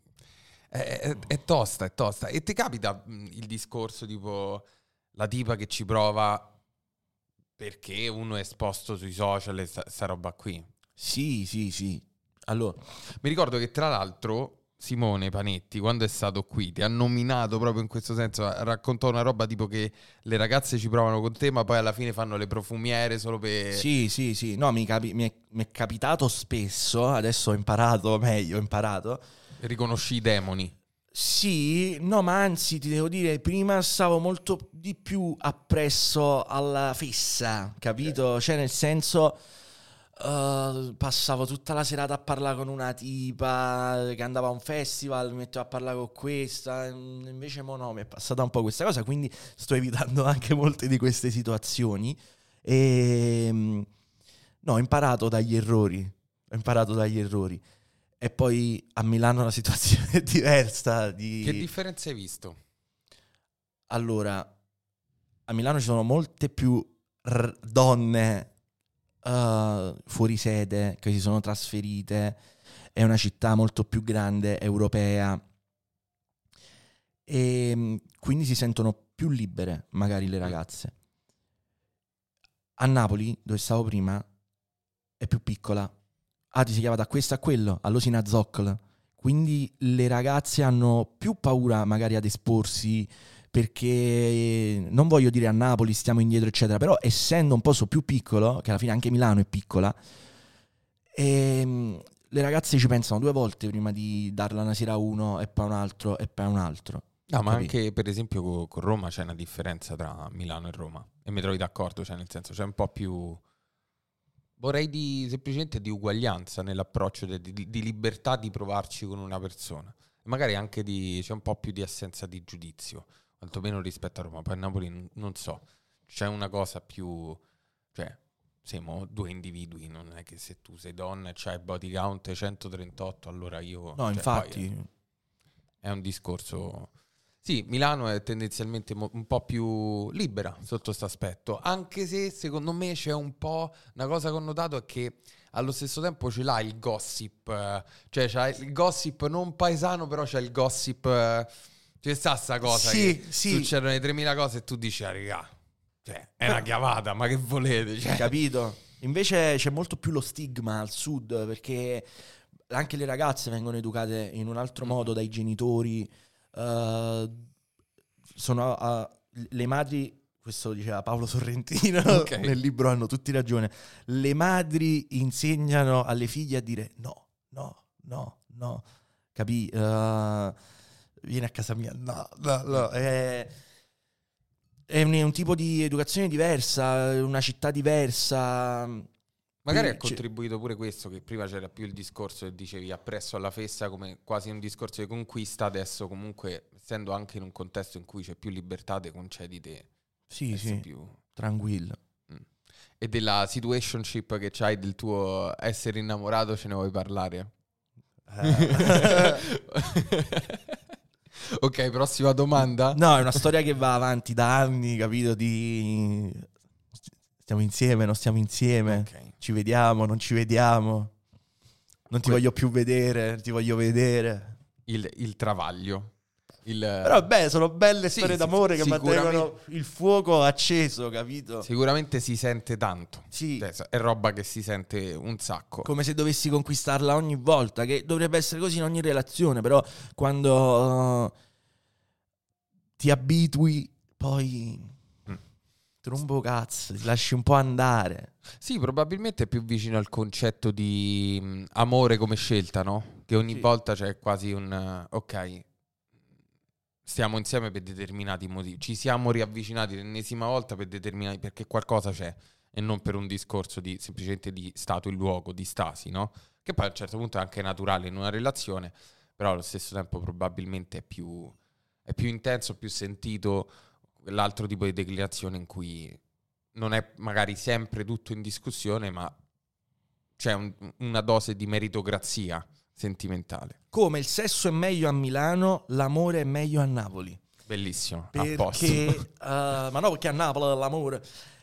È tosta, è tosta. E ti capita il discorso tipo la tipa che ci prova perché uno è esposto sui social e sta roba qui? Sì. Allora, mi ricordo che tra l'altro Simone Panetti, quando è stato qui, ti ha nominato proprio in questo senso, raccontò una roba tipo che le ragazze ci provano con te ma poi alla fine fanno le profumiere solo per... Sì. No, mi è capitato spesso, adesso ho imparato meglio, Riconosci i demoni. Sì, no, ma anzi ti devo dire, prima stavo molto di più appresso alla fissa, capito? Cioè nel senso, passavo tutta la serata a parlare con una tipa che andava a un festival, mi mettevo a parlare con questa, invece no, mi è passata un po' questa cosa, quindi sto evitando anche molte di queste situazioni. No, ho imparato dagli errori. E poi a Milano la situazione è diversa. Che differenza hai visto? Allora, a Milano ci sono molte più donne fuori sede che si sono trasferite. È una città molto più grande, europea. E quindi si sentono più libere, magari le ragazze. A Napoli, dove stavo prima, è più piccola. Ti si chiama da questo a quello, all'Osina Zoccolo. Quindi le ragazze hanno più paura magari ad esporsi, perché non voglio dire a Napoli stiamo indietro eccetera, però essendo un posto più piccolo, che alla fine anche Milano è piccola, le ragazze ci pensano 2 volte prima di darla una sera a uno e poi a un altro e poi a un altro. No, ma Capì? anche per esempio con Roma c'è una differenza tra Milano e Roma. E mi trovi d'accordo, cioè nel senso c'è un po' più... Vorrei semplicemente di uguaglianza nell'approccio, di libertà di provarci con una persona. Magari anche c'è un po' più di assenza di giudizio, quantomeno rispetto a Roma. Poi a Napoli non so, c'è una cosa più... Cioè, siamo due individui, non è che se tu sei donna e c'hai body count 138, allora io... No, cioè, poi infatti, è un discorso... Sì, Milano è tendenzialmente un po' più libera sotto questo aspetto, anche se secondo me c'è un po' una cosa che ho notato è che allo stesso tempo ce l'ha il gossip, cioè c'è il gossip non paesano, però c'è il gossip, c'è sta cosa sì, che sì, succedono le 3000 cose e tu dici, ah, raga, cioè, è una chiavata, ma che volete? Cioè, capito? Invece c'è molto più lo stigma al sud, perché anche le ragazze vengono educate in un altro modo dai genitori. Le madri, questo diceva Paolo Sorrentino, Ok. nel libro Hanno tutti ragione, le madri insegnano alle figlie a dire no, no, no, no, capì? Vieni a casa mia, no, no, no. È un tipo di educazione diversa, una città diversa. magari Qui ha contribuito pure questo, che prima c'era più il discorso che dicevi appresso alla festa come quasi un discorso di conquista, adesso comunque, essendo anche in un contesto in cui c'è più libertà, te concedi te. sì, Essere sì, più... tranquillo. Mm. E della situationship che c'hai, del tuo essere innamorato, ce ne vuoi parlare? Ok, prossima domanda. No, è una storia che va avanti da anni, capito? Stiamo insieme, non stiamo insieme, Ok. ci vediamo, non ci vediamo, non ti voglio più vedere, ti voglio vedere. Il travaglio. Però beh, sono belle Sì, storie sì, d'amore che sicuramente. mantengono il fuoco acceso, capito? Sicuramente si sente tanto. Sì, È roba che si sente un sacco. come se dovessi conquistarla ogni volta, che dovrebbe essere così in ogni relazione, però quando ti abitui, poi trombo cazzo, ti lasci un po' andare. Sì, probabilmente è più vicino al concetto di amore come scelta, no? Che ogni Sì. volta c'è quasi un ok, stiamo insieme per determinati motivi. Ci siamo riavvicinati l'ennesima volta per determinati, perché qualcosa c'è e non per un discorso di semplicemente di stato in luogo, di stasi, no? Che poi a un certo punto è anche naturale in una relazione, però allo stesso tempo probabilmente è più intenso, più sentito l'altro tipo di declinazione in cui non è magari sempre tutto in discussione, ma c'è una dose di meritocrazia sentimentale. Come il sesso è meglio a Milano, l'amore è meglio a Napoli. Bellissimo, a posto. Perché, ma no, perché a Napoli l'amore.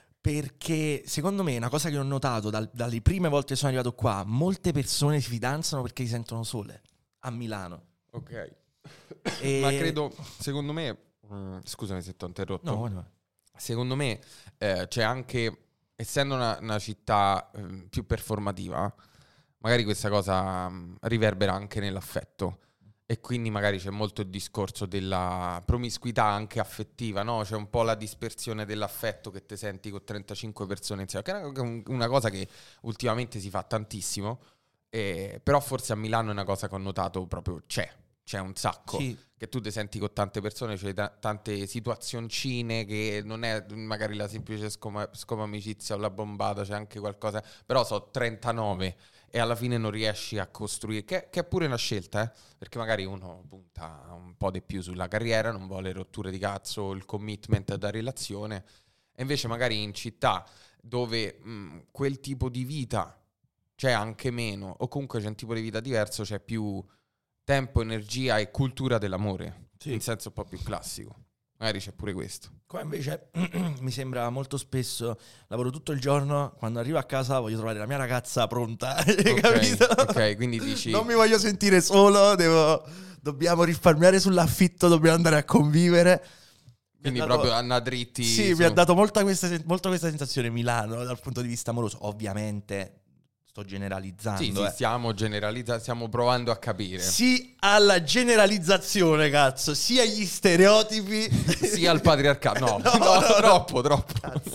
Perché secondo me è una cosa che ho notato dalle prime volte che sono arrivato qua, molte persone si fidanzano perché si sentono sole a Milano. Ok. E- Ma credo, secondo me, scusami se ti ho interrotto. No, no. Secondo me c'è anche, essendo una città più performativa, magari questa cosa riverbera anche nell'affetto. E quindi magari c'è molto il discorso della promiscuità anche affettiva, no? C'è un po' la dispersione dell'affetto che te senti con 35 persone insieme, che è una cosa che ultimamente si fa tantissimo, però forse a Milano è una cosa che ho notato proprio, c'è un sacco. Sì, Che tu ti senti con tante persone, c'è tante situazioncine che non è magari la semplice scopa amicizia o la bombata, c'è anche qualcosa, però so 39 e alla fine non riesci a costruire, che è pure una scelta, perché magari uno punta un po' di più sulla carriera, non vuole rotture di cazzo, il commitment da relazione, e invece magari in città dove quel tipo di vita c'è anche meno, o comunque c'è un tipo di vita diverso, c'è più tempo, energia e cultura dell'amore, sì. in senso un po' più classico. Magari c'è pure questo. Qua invece mi sembra molto spesso, lavoro tutto il giorno, quando arrivo a casa voglio trovare la mia ragazza pronta, capito? Ok, quindi dici... Non mi voglio sentire solo, dobbiamo risparmiare sull'affitto, dobbiamo andare a convivere. Quindi Mi ha dato- proprio andare dritti Sì, su... mi ha dato molto questa sensazione Milano dal punto di vista amoroso. Ovviamente sto generalizzando. Sì, stiamo generalizzando, stiamo provando a capire. Sì alla generalizzazione, cazzo, sì agli stereotipi. Sì al patriarcato. No, No. troppo. Cazzo.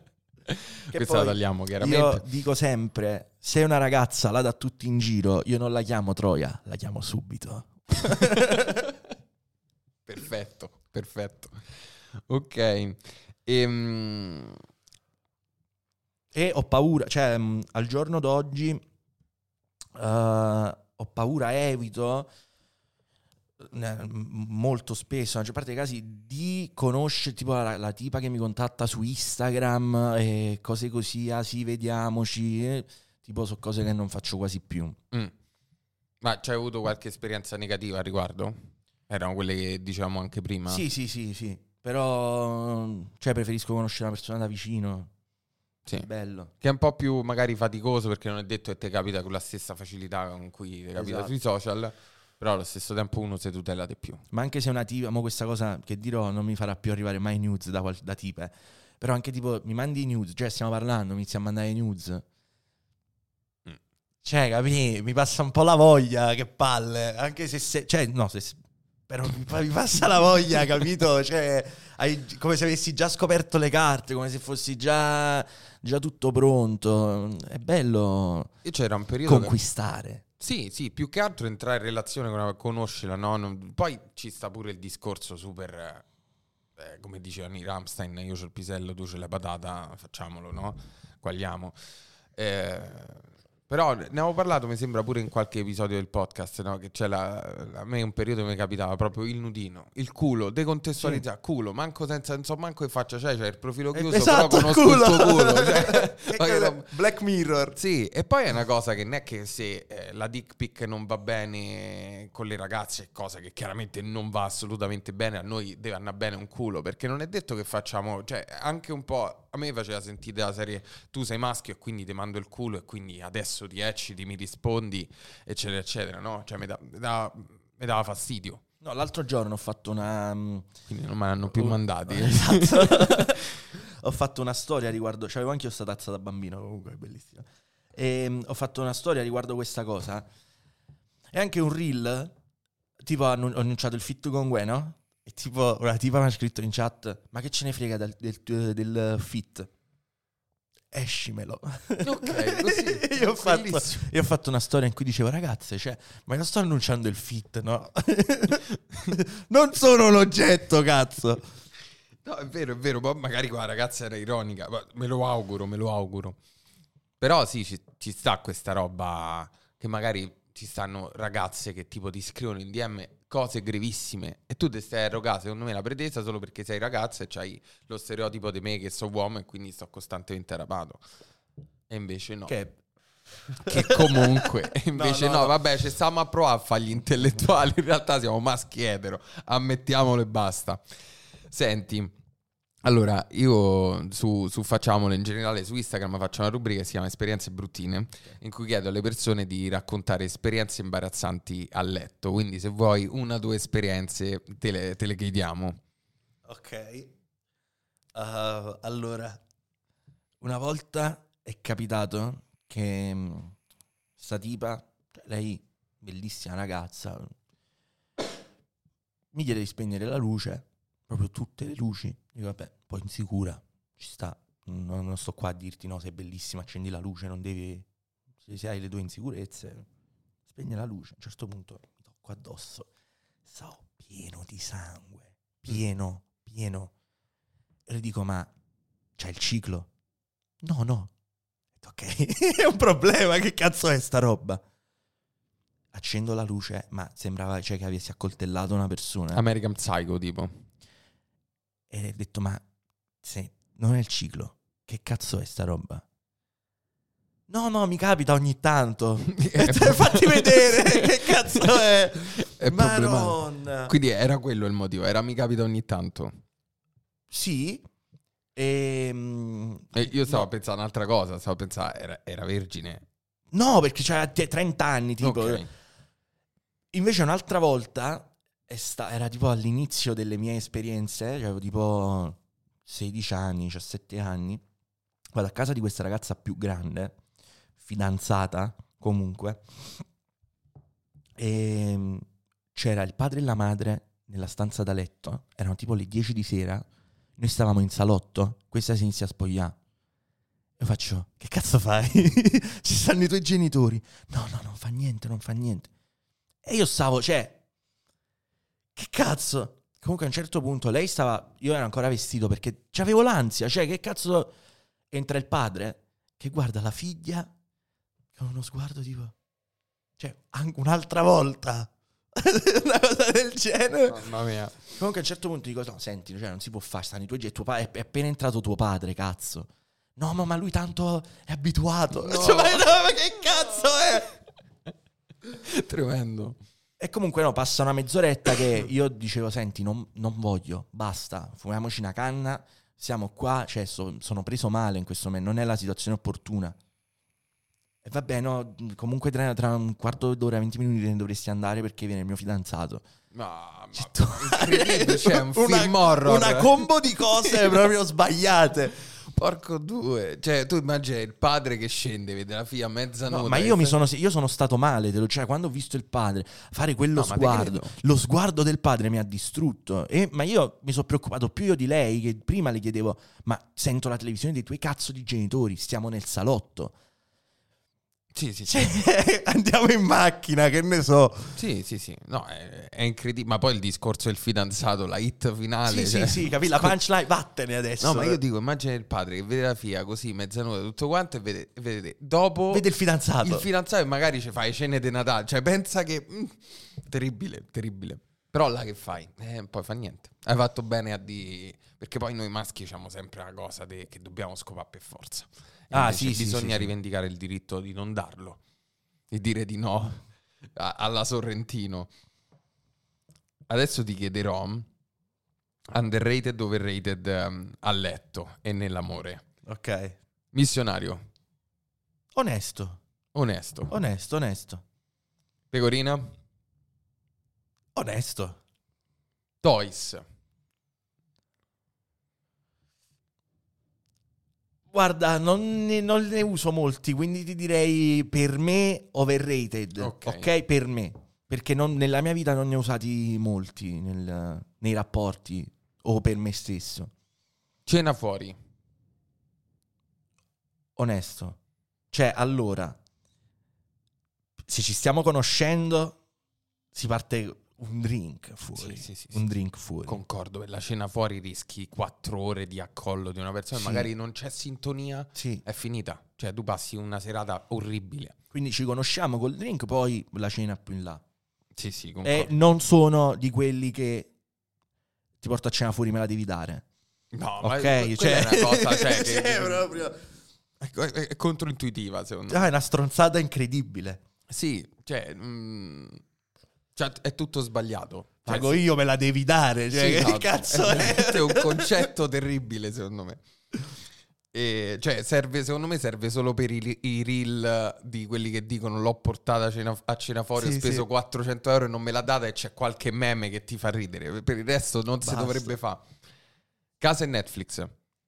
Che Questa poi la tagliamo, chiaramente. Io dico sempre, se una ragazza la dà tutti in giro, io non la chiamo Troia, la chiamo subito. Perfetto. Ok. E ho paura, cioè al giorno d'oggi ho paura, evito molto spesso, nella maggior parte dei casi, di conoscere tipo la tipa che mi contatta su Instagram e cose così, sì, vediamoci, tipo sono cose che non faccio quasi più. Ma c'hai avuto qualche esperienza negativa a riguardo? Erano quelle che dicevamo anche prima? Sì, però cioè preferisco conoscere una persona da vicino. Sì. Bello. Che è un po' più magari faticoso, perché non è detto che ti capita con la stessa facilità con cui ti capita sui social, però allo stesso tempo uno si tutela di più. Ma anche se una tipa, mo questa cosa che dirò non mi farà più arrivare mai nudes da tipe, però anche tipo mi mandi i nudes, cioè stiamo parlando, mi inizi a mandare i nudes. Cioè, capì? Mi passa un po' la voglia, che palle, anche se cioè no, però mi passa la voglia, capito? Cioè, come se avessi già scoperto le carte, come se fossi già tutto pronto. È bello E c'era un periodo conquistare. Sì, più che altro entrare in relazione con una, conoscerla, no? Poi ci sta pure il discorso super, come dicevano i Rammstein, io c'ho il pisello, tu c'hai la patata, facciamolo, no? Quagliamo. Però ne avevo parlato, mi sembra, pure in qualche episodio del podcast, no? Che c'è a me un periodo mi capitava proprio il nudino, il culo, decontestualizzato, culo, manco senza, non so manco che faccia, c'è il profilo chiuso, esatto, però conosco il tuo culo. Cioè, Black Mirror. sì, e poi è una cosa che non è che se la dick pic non va bene con le ragazze, cosa che chiaramente non va assolutamente bene, a noi deve andare bene un culo, perché non è detto che facciamo, cioè anche un po', a me faceva sentire la serie, tu sei maschio e quindi ti mando il culo e quindi adesso ti ecciti, mi rispondi, eccetera, eccetera, no? Cioè mi dava fastidio. No, l'altro giorno ho fatto una... Quindi non me l'hanno più mandati. Esatto. Ho fatto una storia riguardo... C'avevo anche io sta tazza da bambino, comunque, è bellissima. E ho fatto una storia riguardo questa cosa. E anche un reel, tipo ho annunciato il fit con Gwen, no? E tipo una tipa mi ha scritto in chat, ma che ce ne frega del fit? Escimelo. Ok, così. Io ho fatto una storia in cui dicevo, ragazze, cioè, ma io sto annunciando il fit, no? Non sono un oggetto, cazzo. No, è vero, poi magari qua la ragazza era ironica, ma me lo auguro. Però sì, ci sta questa roba che magari ci stanno ragazze che tipo ti scrivono in DM cose grevissime e tu ti stai arrogando, secondo me, la pretesa solo perché sei ragazza e c'hai lo stereotipo di me che sono uomo e quindi sto costantemente arrabbiato. E invece no. Che comunque, invece no, vabbè, ci stiamo a provare a fare gli intellettuali, in realtà siamo maschi etero, ammettiamolo e basta. Senti, allora, io su Facciamolo in generale su Instagram faccio una rubrica che si chiama Esperienze bruttine, in cui chiedo alle persone di raccontare esperienze imbarazzanti a letto. Quindi se vuoi una o due esperienze te le chiediamo. Ok. Allora, una volta è capitato che sta tipa, lei bellissima ragazza, mi chiede di spegnere la luce, proprio tutte le luci. Dico, vabbè, un po' insicura, ci sta, non sto qua a dirti no, sei bellissima, accendi la luce, non devi, se hai le tue insicurezze, spegni la luce. A un certo punto mi tocco addosso, stavo pieno di sangue, pieno. E le dico, ma c'hai il ciclo? No. Ok, è un problema, che cazzo è sta roba? Accendo la luce, ma sembrava, cioè, che avessi accoltellato una persona. American Psycho, tipo. E ho detto, ma se non è il ciclo, che cazzo è sta roba? No, mi capita ogni tanto. Fatti vedere, che cazzo è? Madonna. Quindi era quello il motivo, era mi capita ogni tanto. Sì. E io stavo pensando un'altra cosa, stavo pensando, era vergine. No, perché c'era 30 anni, tipo. Okay. Invece un'altra volta... era tipo all'inizio delle mie esperienze, avevo tipo 16 anni, 17 anni, vado a casa di questa ragazza più grande, fidanzata comunque, e c'era il padre e la madre nella stanza da letto, erano tipo le 10 di sera, noi stavamo in salotto, questa si inizia a spogliare. Io faccio, che cazzo fai? Ci stanno i tuoi genitori. No, non fa niente. E io stavo, cioè... Che cazzo? Comunque a un certo punto lei stava... Io ero ancora vestito perché c'avevo l'ansia. Cioè, che cazzo... Entra il padre che guarda la figlia con uno sguardo tipo... Cioè, anche un'altra volta. Una cosa del genere. Mamma mia. Comunque a un certo punto dico, no, senti, cioè, non si può fare, stanno i tuoi gesti. È appena entrato tuo padre, cazzo. No, ma lui tanto è abituato. No. Cioè, ma che cazzo è? Tremendo. E comunque no, passa una mezz'oretta che io dicevo, senti, non voglio, basta, fumiamoci una canna, siamo qua, cioè sono preso male in questo momento, non è la situazione opportuna. E vabbè, no, comunque tra un quarto d'ora, 20 minuti ne dovresti andare perché viene il mio fidanzato. Ma incredibile, c'è un film horror. Una combo di cose proprio sbagliate. Porco due. Cioè, tu immagini il padre che scende, vede la figlia mezza nuda. No, ma io sono stato male, cioè quando ho visto il padre fare quello No, ma te sguardo, credo. lo sguardo del padre mi ha distrutto. Ma io mi sono preoccupato più io di lei, che prima le chiedevo, ma sento la televisione dei tuoi cazzo di genitori, stiamo nel salotto. Sì. Andiamo in macchina, che ne so. Sì. No, è incredibile. Ma poi il discorso del fidanzato, la hit finale. Sì, capì? La punchline, vattene adesso. No, ma io dico, immagina il padre che vede la figlia così, mezza nuda, tutto quanto, e vede dopo... Vede il fidanzato. Il fidanzato e magari ci fa le cene di Natale. Cioè, pensa che... terribile. Però là che fai? Poi fa niente. Hai fatto bene a di... Perché poi noi maschi abbiamo sempre la cosa che dobbiamo scopare per forza. Invece bisogna rivendicare il diritto di non darlo. Di dire di no alla Sorrentino. Adesso ti chiederò underrated, overrated a letto e nell'amore. Ok. Missionario. Onesto. Pecorina. Onesto. Toys. Guarda, non ne uso molti, quindi ti direi per me overrated, ok? Per me, perché nella mia vita non ne ho usati molti nei rapporti o per me stesso. Cena fuori. Onesto. Cioè, allora, se ci stiamo conoscendo, si parte un drink fuori. Sì. Un drink fuori. Concordo, per la cena fuori rischi 4 ore di accollo di una persona, Sì. magari non c'è sintonia, Sì. è finita. Cioè tu passi una serata orribile. Quindi ci conosciamo col drink, poi la cena più in là. Sì, E concordo. non sono di quelli che ti porto a cena fuori, me la devi dare. No, Ok, ma quella cioè- è una cosa cioè, Cioè, proprio... è controintuitiva, secondo me. Ah, è una stronzata incredibile. Sì, cioè, cioè, è tutto sbagliato. Cioè, Pago io, me la devi dare. Cioè, sì, che no, cazzo è? è? veramente un concetto terribile, secondo me. E, cioè, secondo me serve solo per i reel di quelli che dicono l'ho portata a cena fuori, Sì, ho speso sì. 400 euro e non me l'ha data e c'è qualche meme che ti fa ridere. Per il resto non si Basta. dovrebbe fare. Casa e Netflix.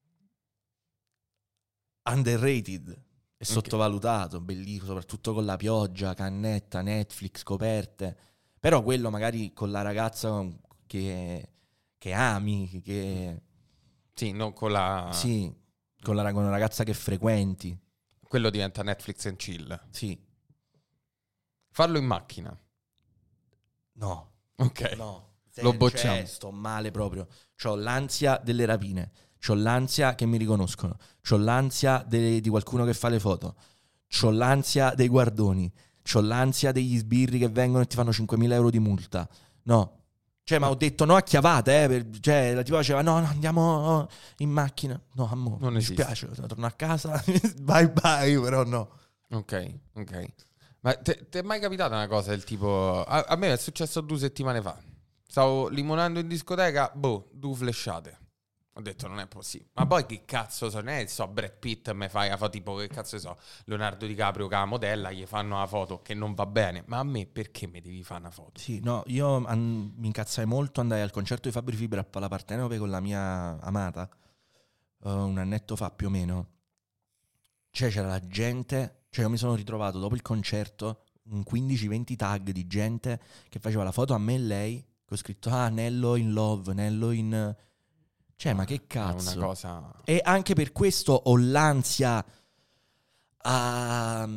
Underrated. È sottovalutato, bellissimo, soprattutto con la pioggia, cannetta, Netflix, coperte. Però quello magari con la ragazza che ami, che... Sì, non con la... Sì, con una ragazza che frequenti. Quello diventa Netflix and chill. Sì. Farlo in macchina. No. Ok. No. Lo bocciamo. Cioè, sto male proprio. C'ho l'ansia delle rapine. C'ho l'ansia che mi riconoscono. C'ho l'ansia di qualcuno che fa le foto. C'ho l'ansia dei guardoni. C'ho l'ansia degli sbirri che vengono e ti fanno 5.000 euro di multa. No. Cioè, ma ho detto no a chiavate, cioè, la tipa faceva, no, andiamo in macchina. No, amore, Non mi esiste. dispiace, torno a casa, bye, però no. Ok. Ma ti è mai capitata una cosa del tipo... A me è successo 2 settimane fa. Stavo limonando in discoteca, 2 flashate. Ho detto non è possibile. Ma poi che cazzo so, ne so, Brad Pitt mi fai la foto, tipo che cazzo ne so, Leonardo DiCaprio che ha la modella, gli fanno la foto che non va bene. Ma a me perché mi devi fare una foto? Sì, no, io mi incazzai molto, andai al concerto di Fabri Fibra alla Partenope con la mia amata, un annetto fa più o meno. Cioè c'era la gente, cioè io mi sono ritrovato dopo il concerto un 15-20 tag di gente che faceva la foto a me e lei, che ho scritto Nello in love, Nello in... Cioè, ma che cazzo? È una cosa... E anche per questo ho l'ansia a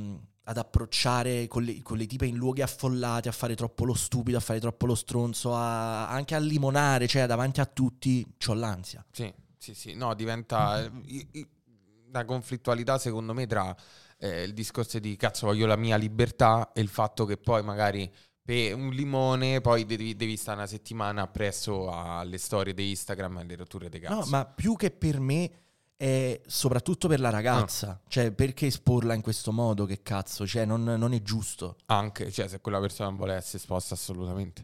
ad approcciare con le tipe in luoghi affollati, a fare troppo lo stupido, a fare troppo lo stronzo, anche a limonare, cioè davanti a tutti, c'ho l'ansia. Sì, no, diventa una conflittualità secondo me tra il discorso di cazzo voglio la mia libertà e il fatto che poi magari per un limone poi devi stare una settimana appresso alle storie di Instagram e alle rotture di cazzo. No, ma più che per me è soprattutto per la ragazza. Cioè, perché esporla in questo modo? Che cazzo? Cioè, non è giusto. Anche, cioè, se quella persona non vuole essere esposta, assolutamente.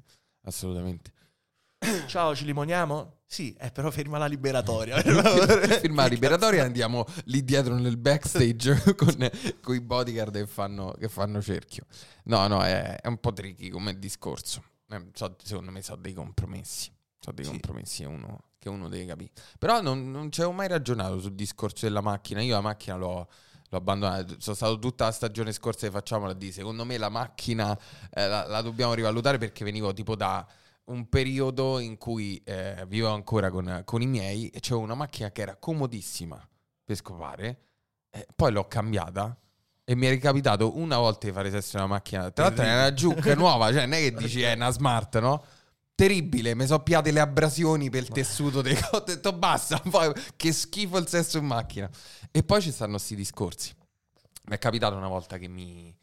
Ciao, ci limoniamo? Sì, però firma la liberatoria. Firma la liberatoria e andiamo lì dietro nel backstage con i bodyguard che fanno cerchio. No, è un po' tricky come discorso. Secondo me sono dei compromessi. Compromessi che uno deve capire. Però non ci avevo mai ragionato sul discorso della macchina. Io la macchina l'ho abbandonata. Sono stato tutta la stagione scorsa che facciamola di. Secondo me la macchina la dobbiamo rivalutare, perché venivo tipo da un periodo in cui vivevo ancora con i miei e c'avevo una macchina che era comodissima per scopare. Poi l'ho cambiata e mi è ricapitato una volta di fare sesso in una macchina. Tra l'altro è una Juke nuova, cioè non è che dici è una Smart, no? Terribile, mi sono piate le abrasioni per il tessuto dei cose. Ho detto basta, poi che schifo il sesso in macchina. E poi ci stanno sti discorsi. Mi è capitato una volta che mi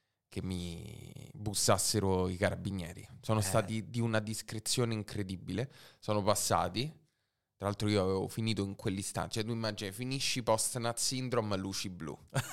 bussassero i carabinieri. Sono stati di una discrezione incredibile. Sono passati. Tra l'altro io avevo finito in quell'istante. Cioè tu immagini, finisci post-nut syndrome, luci blu.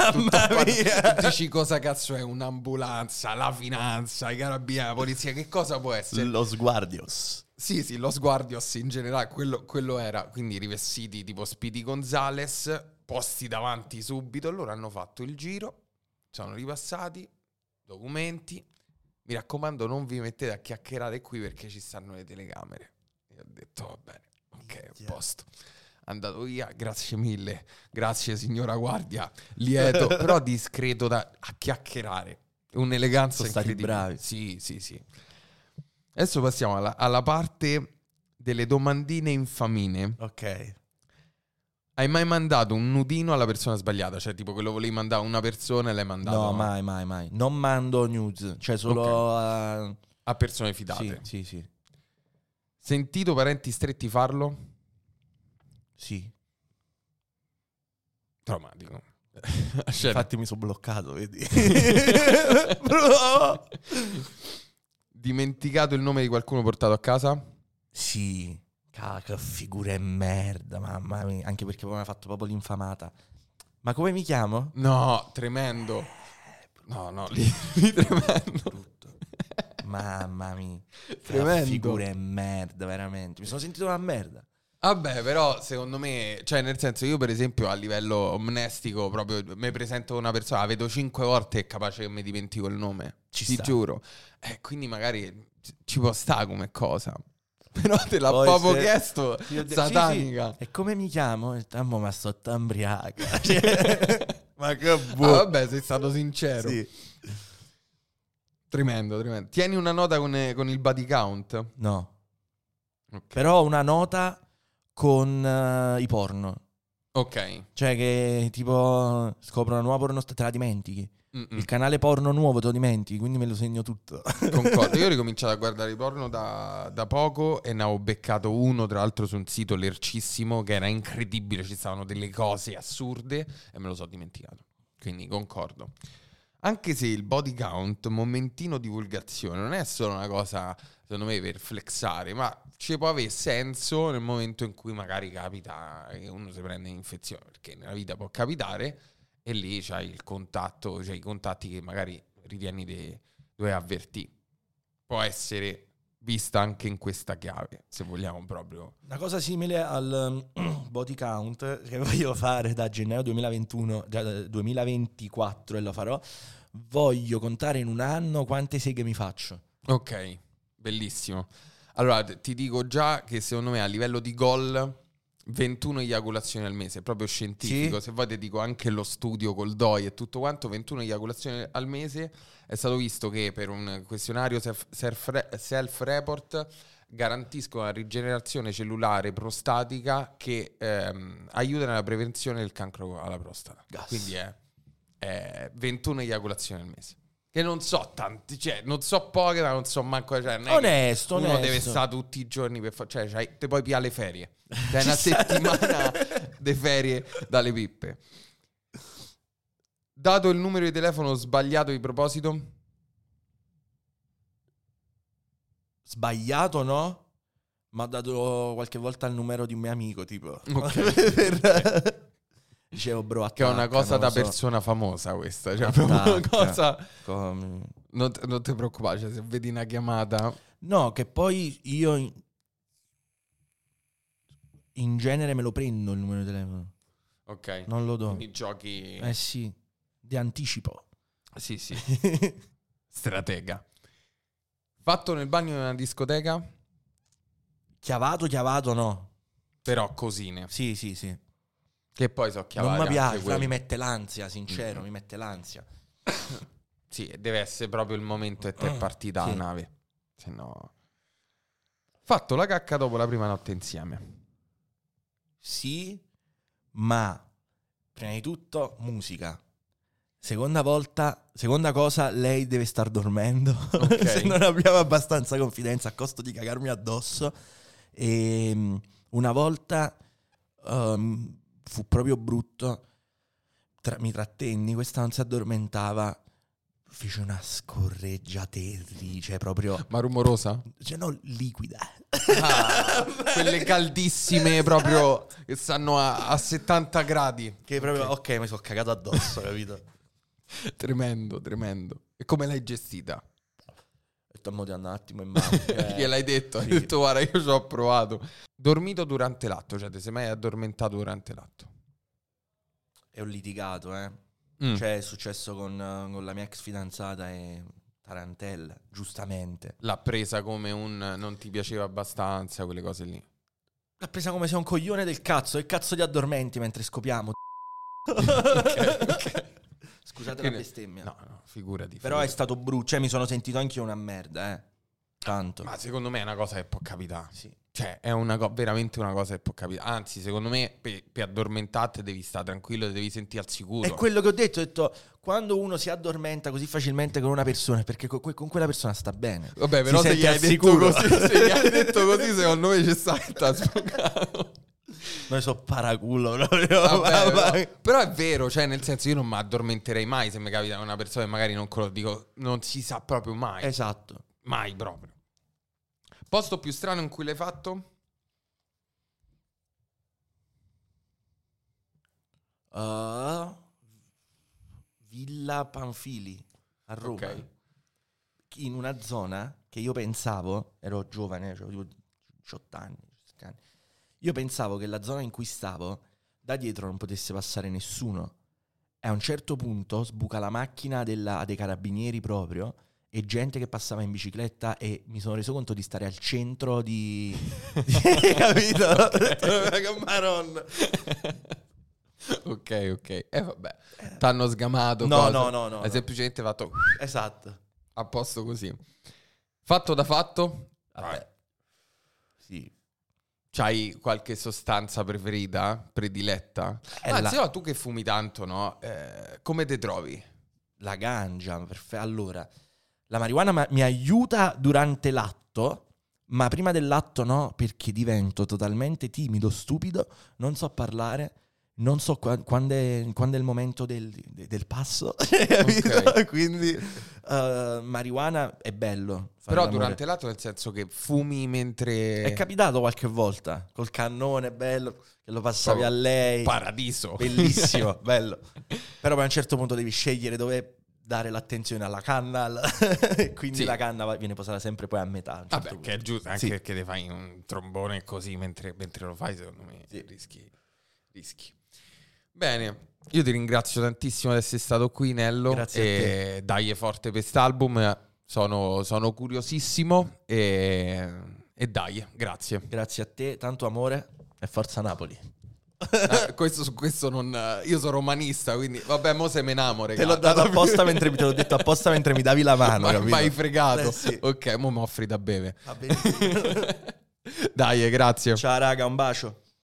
Tu dici cosa cazzo è un'ambulanza, la finanza, i carabinieri, la polizia, che cosa può essere? Los Guardios. Sì, Los Guardios in generale, quello era. Quindi rivestiti tipo Speedy Gonzales, posti davanti subito. Loro hanno fatto il giro, sono ripassati, documenti. Mi raccomando, non vi mettete a chiacchierare qui perché ci stanno le telecamere. E ho detto va bene. Ok, a posto. Andato via, grazie mille. Grazie signora guardia. Lieto, però discreto a chiacchierare. Un'eleganza Sono stati incredibile. bravi. Sì. Adesso passiamo alla parte delle domandine infamine. Ok. Hai mai mandato un nudino alla persona sbagliata? Cioè tipo che lo volevi mandare a una persona e l'hai mandato? No, mai. Non mando nudes. Cioè solo a persone fidate. Sì. Sentito parenti stretti farlo? Sì. Traumatico. Infatti mi sono bloccato, vedi? Dimenticato il nome di qualcuno portato a casa? Sì. Che figura e merda, mamma mia. Anche perché poi mi ha fatto proprio l'infamata. Ma come mi chiamo? No, tremendo. No, lì tremendo. Brutto. Mamma mia. Tremendo. Figura e merda, veramente. Mi sono sentito una merda. Vabbè, però secondo me, cioè nel senso, io per esempio a livello omnestico proprio mi presento una persona, la vedo 5 volte, è capace che mi dimentico il nome. Ti giuro. Quindi magari ci può stare come cosa. Però te l'ha poi proprio chiesto, satanica. Sì. E come mi chiamo? Ma sto ambriaca. Ma che vabbè, sei stato sincero. Sì. Tremendo. Tieni una nota con il body count? No. Okay. Però una nota con i porno. Ok. Cioè che tipo scopro una nuova porno, te la dimentichi. Mm-mm. Il canale porno nuovo te lo dimentichi, quindi me lo segno tutto. Concordo. Io ho ricominciato a guardare il porno da poco e ne avevo beccato uno, tra l'altro su un sito lercissimo, che era incredibile, ci stavano delle cose assurde e me lo so dimenticato. Quindi concordo. Anche se il body count, momentino divulgazione, non è solo una cosa, secondo me, per flexare, ma ci può avere senso nel momento in cui magari capita che uno si prende infezione, perché nella vita può capitare e lì c'hai il contatto, c'hai i contatti che magari ritieni dove avvertire. Può essere vista anche in questa chiave, se vogliamo proprio. Una cosa simile al body count che voglio fare da gennaio 2024 e lo farò. Voglio contare in un anno quante seghe mi faccio. Ok, bellissimo. Allora, ti dico già che secondo me a livello di gol 21 eiaculazioni al mese, proprio scientifico. Sì? Se vuoi ti dico anche lo studio col DOI e tutto quanto, 21 eiaculazioni al mese. È stato visto che per un questionario self-report garantiscono la rigenerazione cellulare prostatica che aiuta nella prevenzione del cancro alla prostata. Gas. Quindi è 21 eiaculazioni al mese. Che non so tanti, cioè non so poche, ma non so manco, cioè, non è Onesto, uno onesto. deve stare tutti i giorni per cioè te poi pia le ferie. C'è una settimana di ferie dalle pippe. Dato il numero di telefono sbagliato di proposito? Sbagliato, no? Ma ho dato qualche volta il numero di un mio amico, tipo. Ok. Dicevo, bro, attacca, Che è una cosa non da lo so. persona famosa questa. Cioè, proprio una Attacca. cosa... Come- Non ti preoccupare, cioè, se vedi una chiamata... No, che poi io in genere me lo prendo il numero di telefono. Ok. Non lo do. Quindi giochi... Eh sì, di anticipo. Sì, sì. Stratega. Fatto nel bagno di una discoteca, Chiavato no. però cosine. Sì, sì, sì. Che poi so chiavate Non mi anche piace, quelle. mi mette l'ansia, sincero, mi mette l'ansia. Sì, deve essere proprio il momento e te è partita Sì. la nave. Se no... Fatto la cacca dopo la prima notte insieme. Sì, ma prima di tutto musica. Seconda cosa, lei deve star dormendo. Ok. Se non abbiamo abbastanza confidenza a costo di cagarmi addosso. E una volta fu proprio brutto. Mi trattenni, questa non si addormentava. Fece una scorreggiaterri, cioè proprio... Ma rumorosa? Cioè no, liquida. Ah, quelle caldissime proprio che stanno a 70 gradi. Che proprio, ok, mi sono cagato addosso, capito? Tremendo, tremendo. E come l'hai gestita? Ho detto, mo ti ando un attimo in mano. Gliel'hai detto? sì. Hai detto, guarda, io ci ho provato. Dormito durante l'atto, cioè ti sei mai addormentato durante l'atto? E ho litigato, Mm. Cioè, è successo con la mia ex fidanzata e Tarantella, giustamente. L'ha presa come un non ti piaceva abbastanza, quelle cose lì. L'ha presa come se un coglione del cazzo. Che cazzo di addormenti mentre scopiamo? Ok. Scusate Che la ne- bestemmia. No, figurati. Però è stato brutto. Cioè, mi sono sentito anche una merda, Tanto. Ma secondo me è una cosa che può capitare. Sì. Cioè, è veramente una cosa che può capitare. Anzi, secondo me, per addormentarti devi stare tranquillo, devi sentire al sicuro. È quello che ho detto, quando uno si addormenta così facilmente con una persona, è perché con quella persona sta bene. Vabbè, però Si se sente gli hai al detto sicuro. così, se gli hai detto così, secondo me ci sta che t'ha sfocato. Noi so paraculo proprio. Vabbè, mamma. però è vero, cioè nel senso io non mi addormenterei mai se mi capita una persona che magari non dico, non si sa proprio mai. Esatto. Mai proprio. Posto più strano in cui l'hai fatto? Villa Panfili a Roma. Ok. In una zona che io pensavo, ero giovane, avevo tipo 18 anni, 17 anni. Io pensavo che la zona in cui stavo da dietro non potesse passare nessuno. E a un certo punto sbuca la macchina dei carabinieri proprio e gente che passava in bicicletta e mi sono reso conto di stare al centro di capito? Che maronna. Ok. Vabbè. T'hanno sgamato. No, cose. no. Hai semplicemente fatto Esatto. a posto così. Fatto da fatto? Vabbè. Sì. C'hai qualche sostanza preferita? Prediletta? Anzi, no, tu che fumi tanto, no? Come te trovi? La ganja, allora, la marijuana mi aiuta durante l'atto, ma prima dell'atto no, perché divento totalmente timido, stupido, non so parlare, non so quando è il momento del passo, capito? Ok. Quindi marijuana è bello. fare Però l'amore. durante l'atto nel senso che fumi mentre... È capitato qualche volta, col cannone, bello, che lo passavi Proprio a lei. Paradiso. Bellissimo, bello. Però poi a un certo punto devi scegliere dove dare l'attenzione alla canna, quindi Sì. la canna viene posata sempre poi a metà. a un certo Vabbè, punto. che è giusto, anche Sì. perché ti fai un trombone così mentre lo fai, secondo me Sì. rischi. Bene, io ti ringrazio tantissimo di essere stato qui, Nello. Grazie a te. E dai forte per quest'album, sono curiosissimo e dai, grazie. Grazie a te, tanto amore e forza Napoli. Su questo non... Io sono romanista, quindi vabbè, mo se me enamoro, Te l'ho dato apposta mentre te l'ho detto apposta mentre mi davi la mano, Ma capito? m'hai fregato. Sì. Ok, mo mi offri da bere. Va benissimo. Dai, grazie. Ciao raga, un bacio.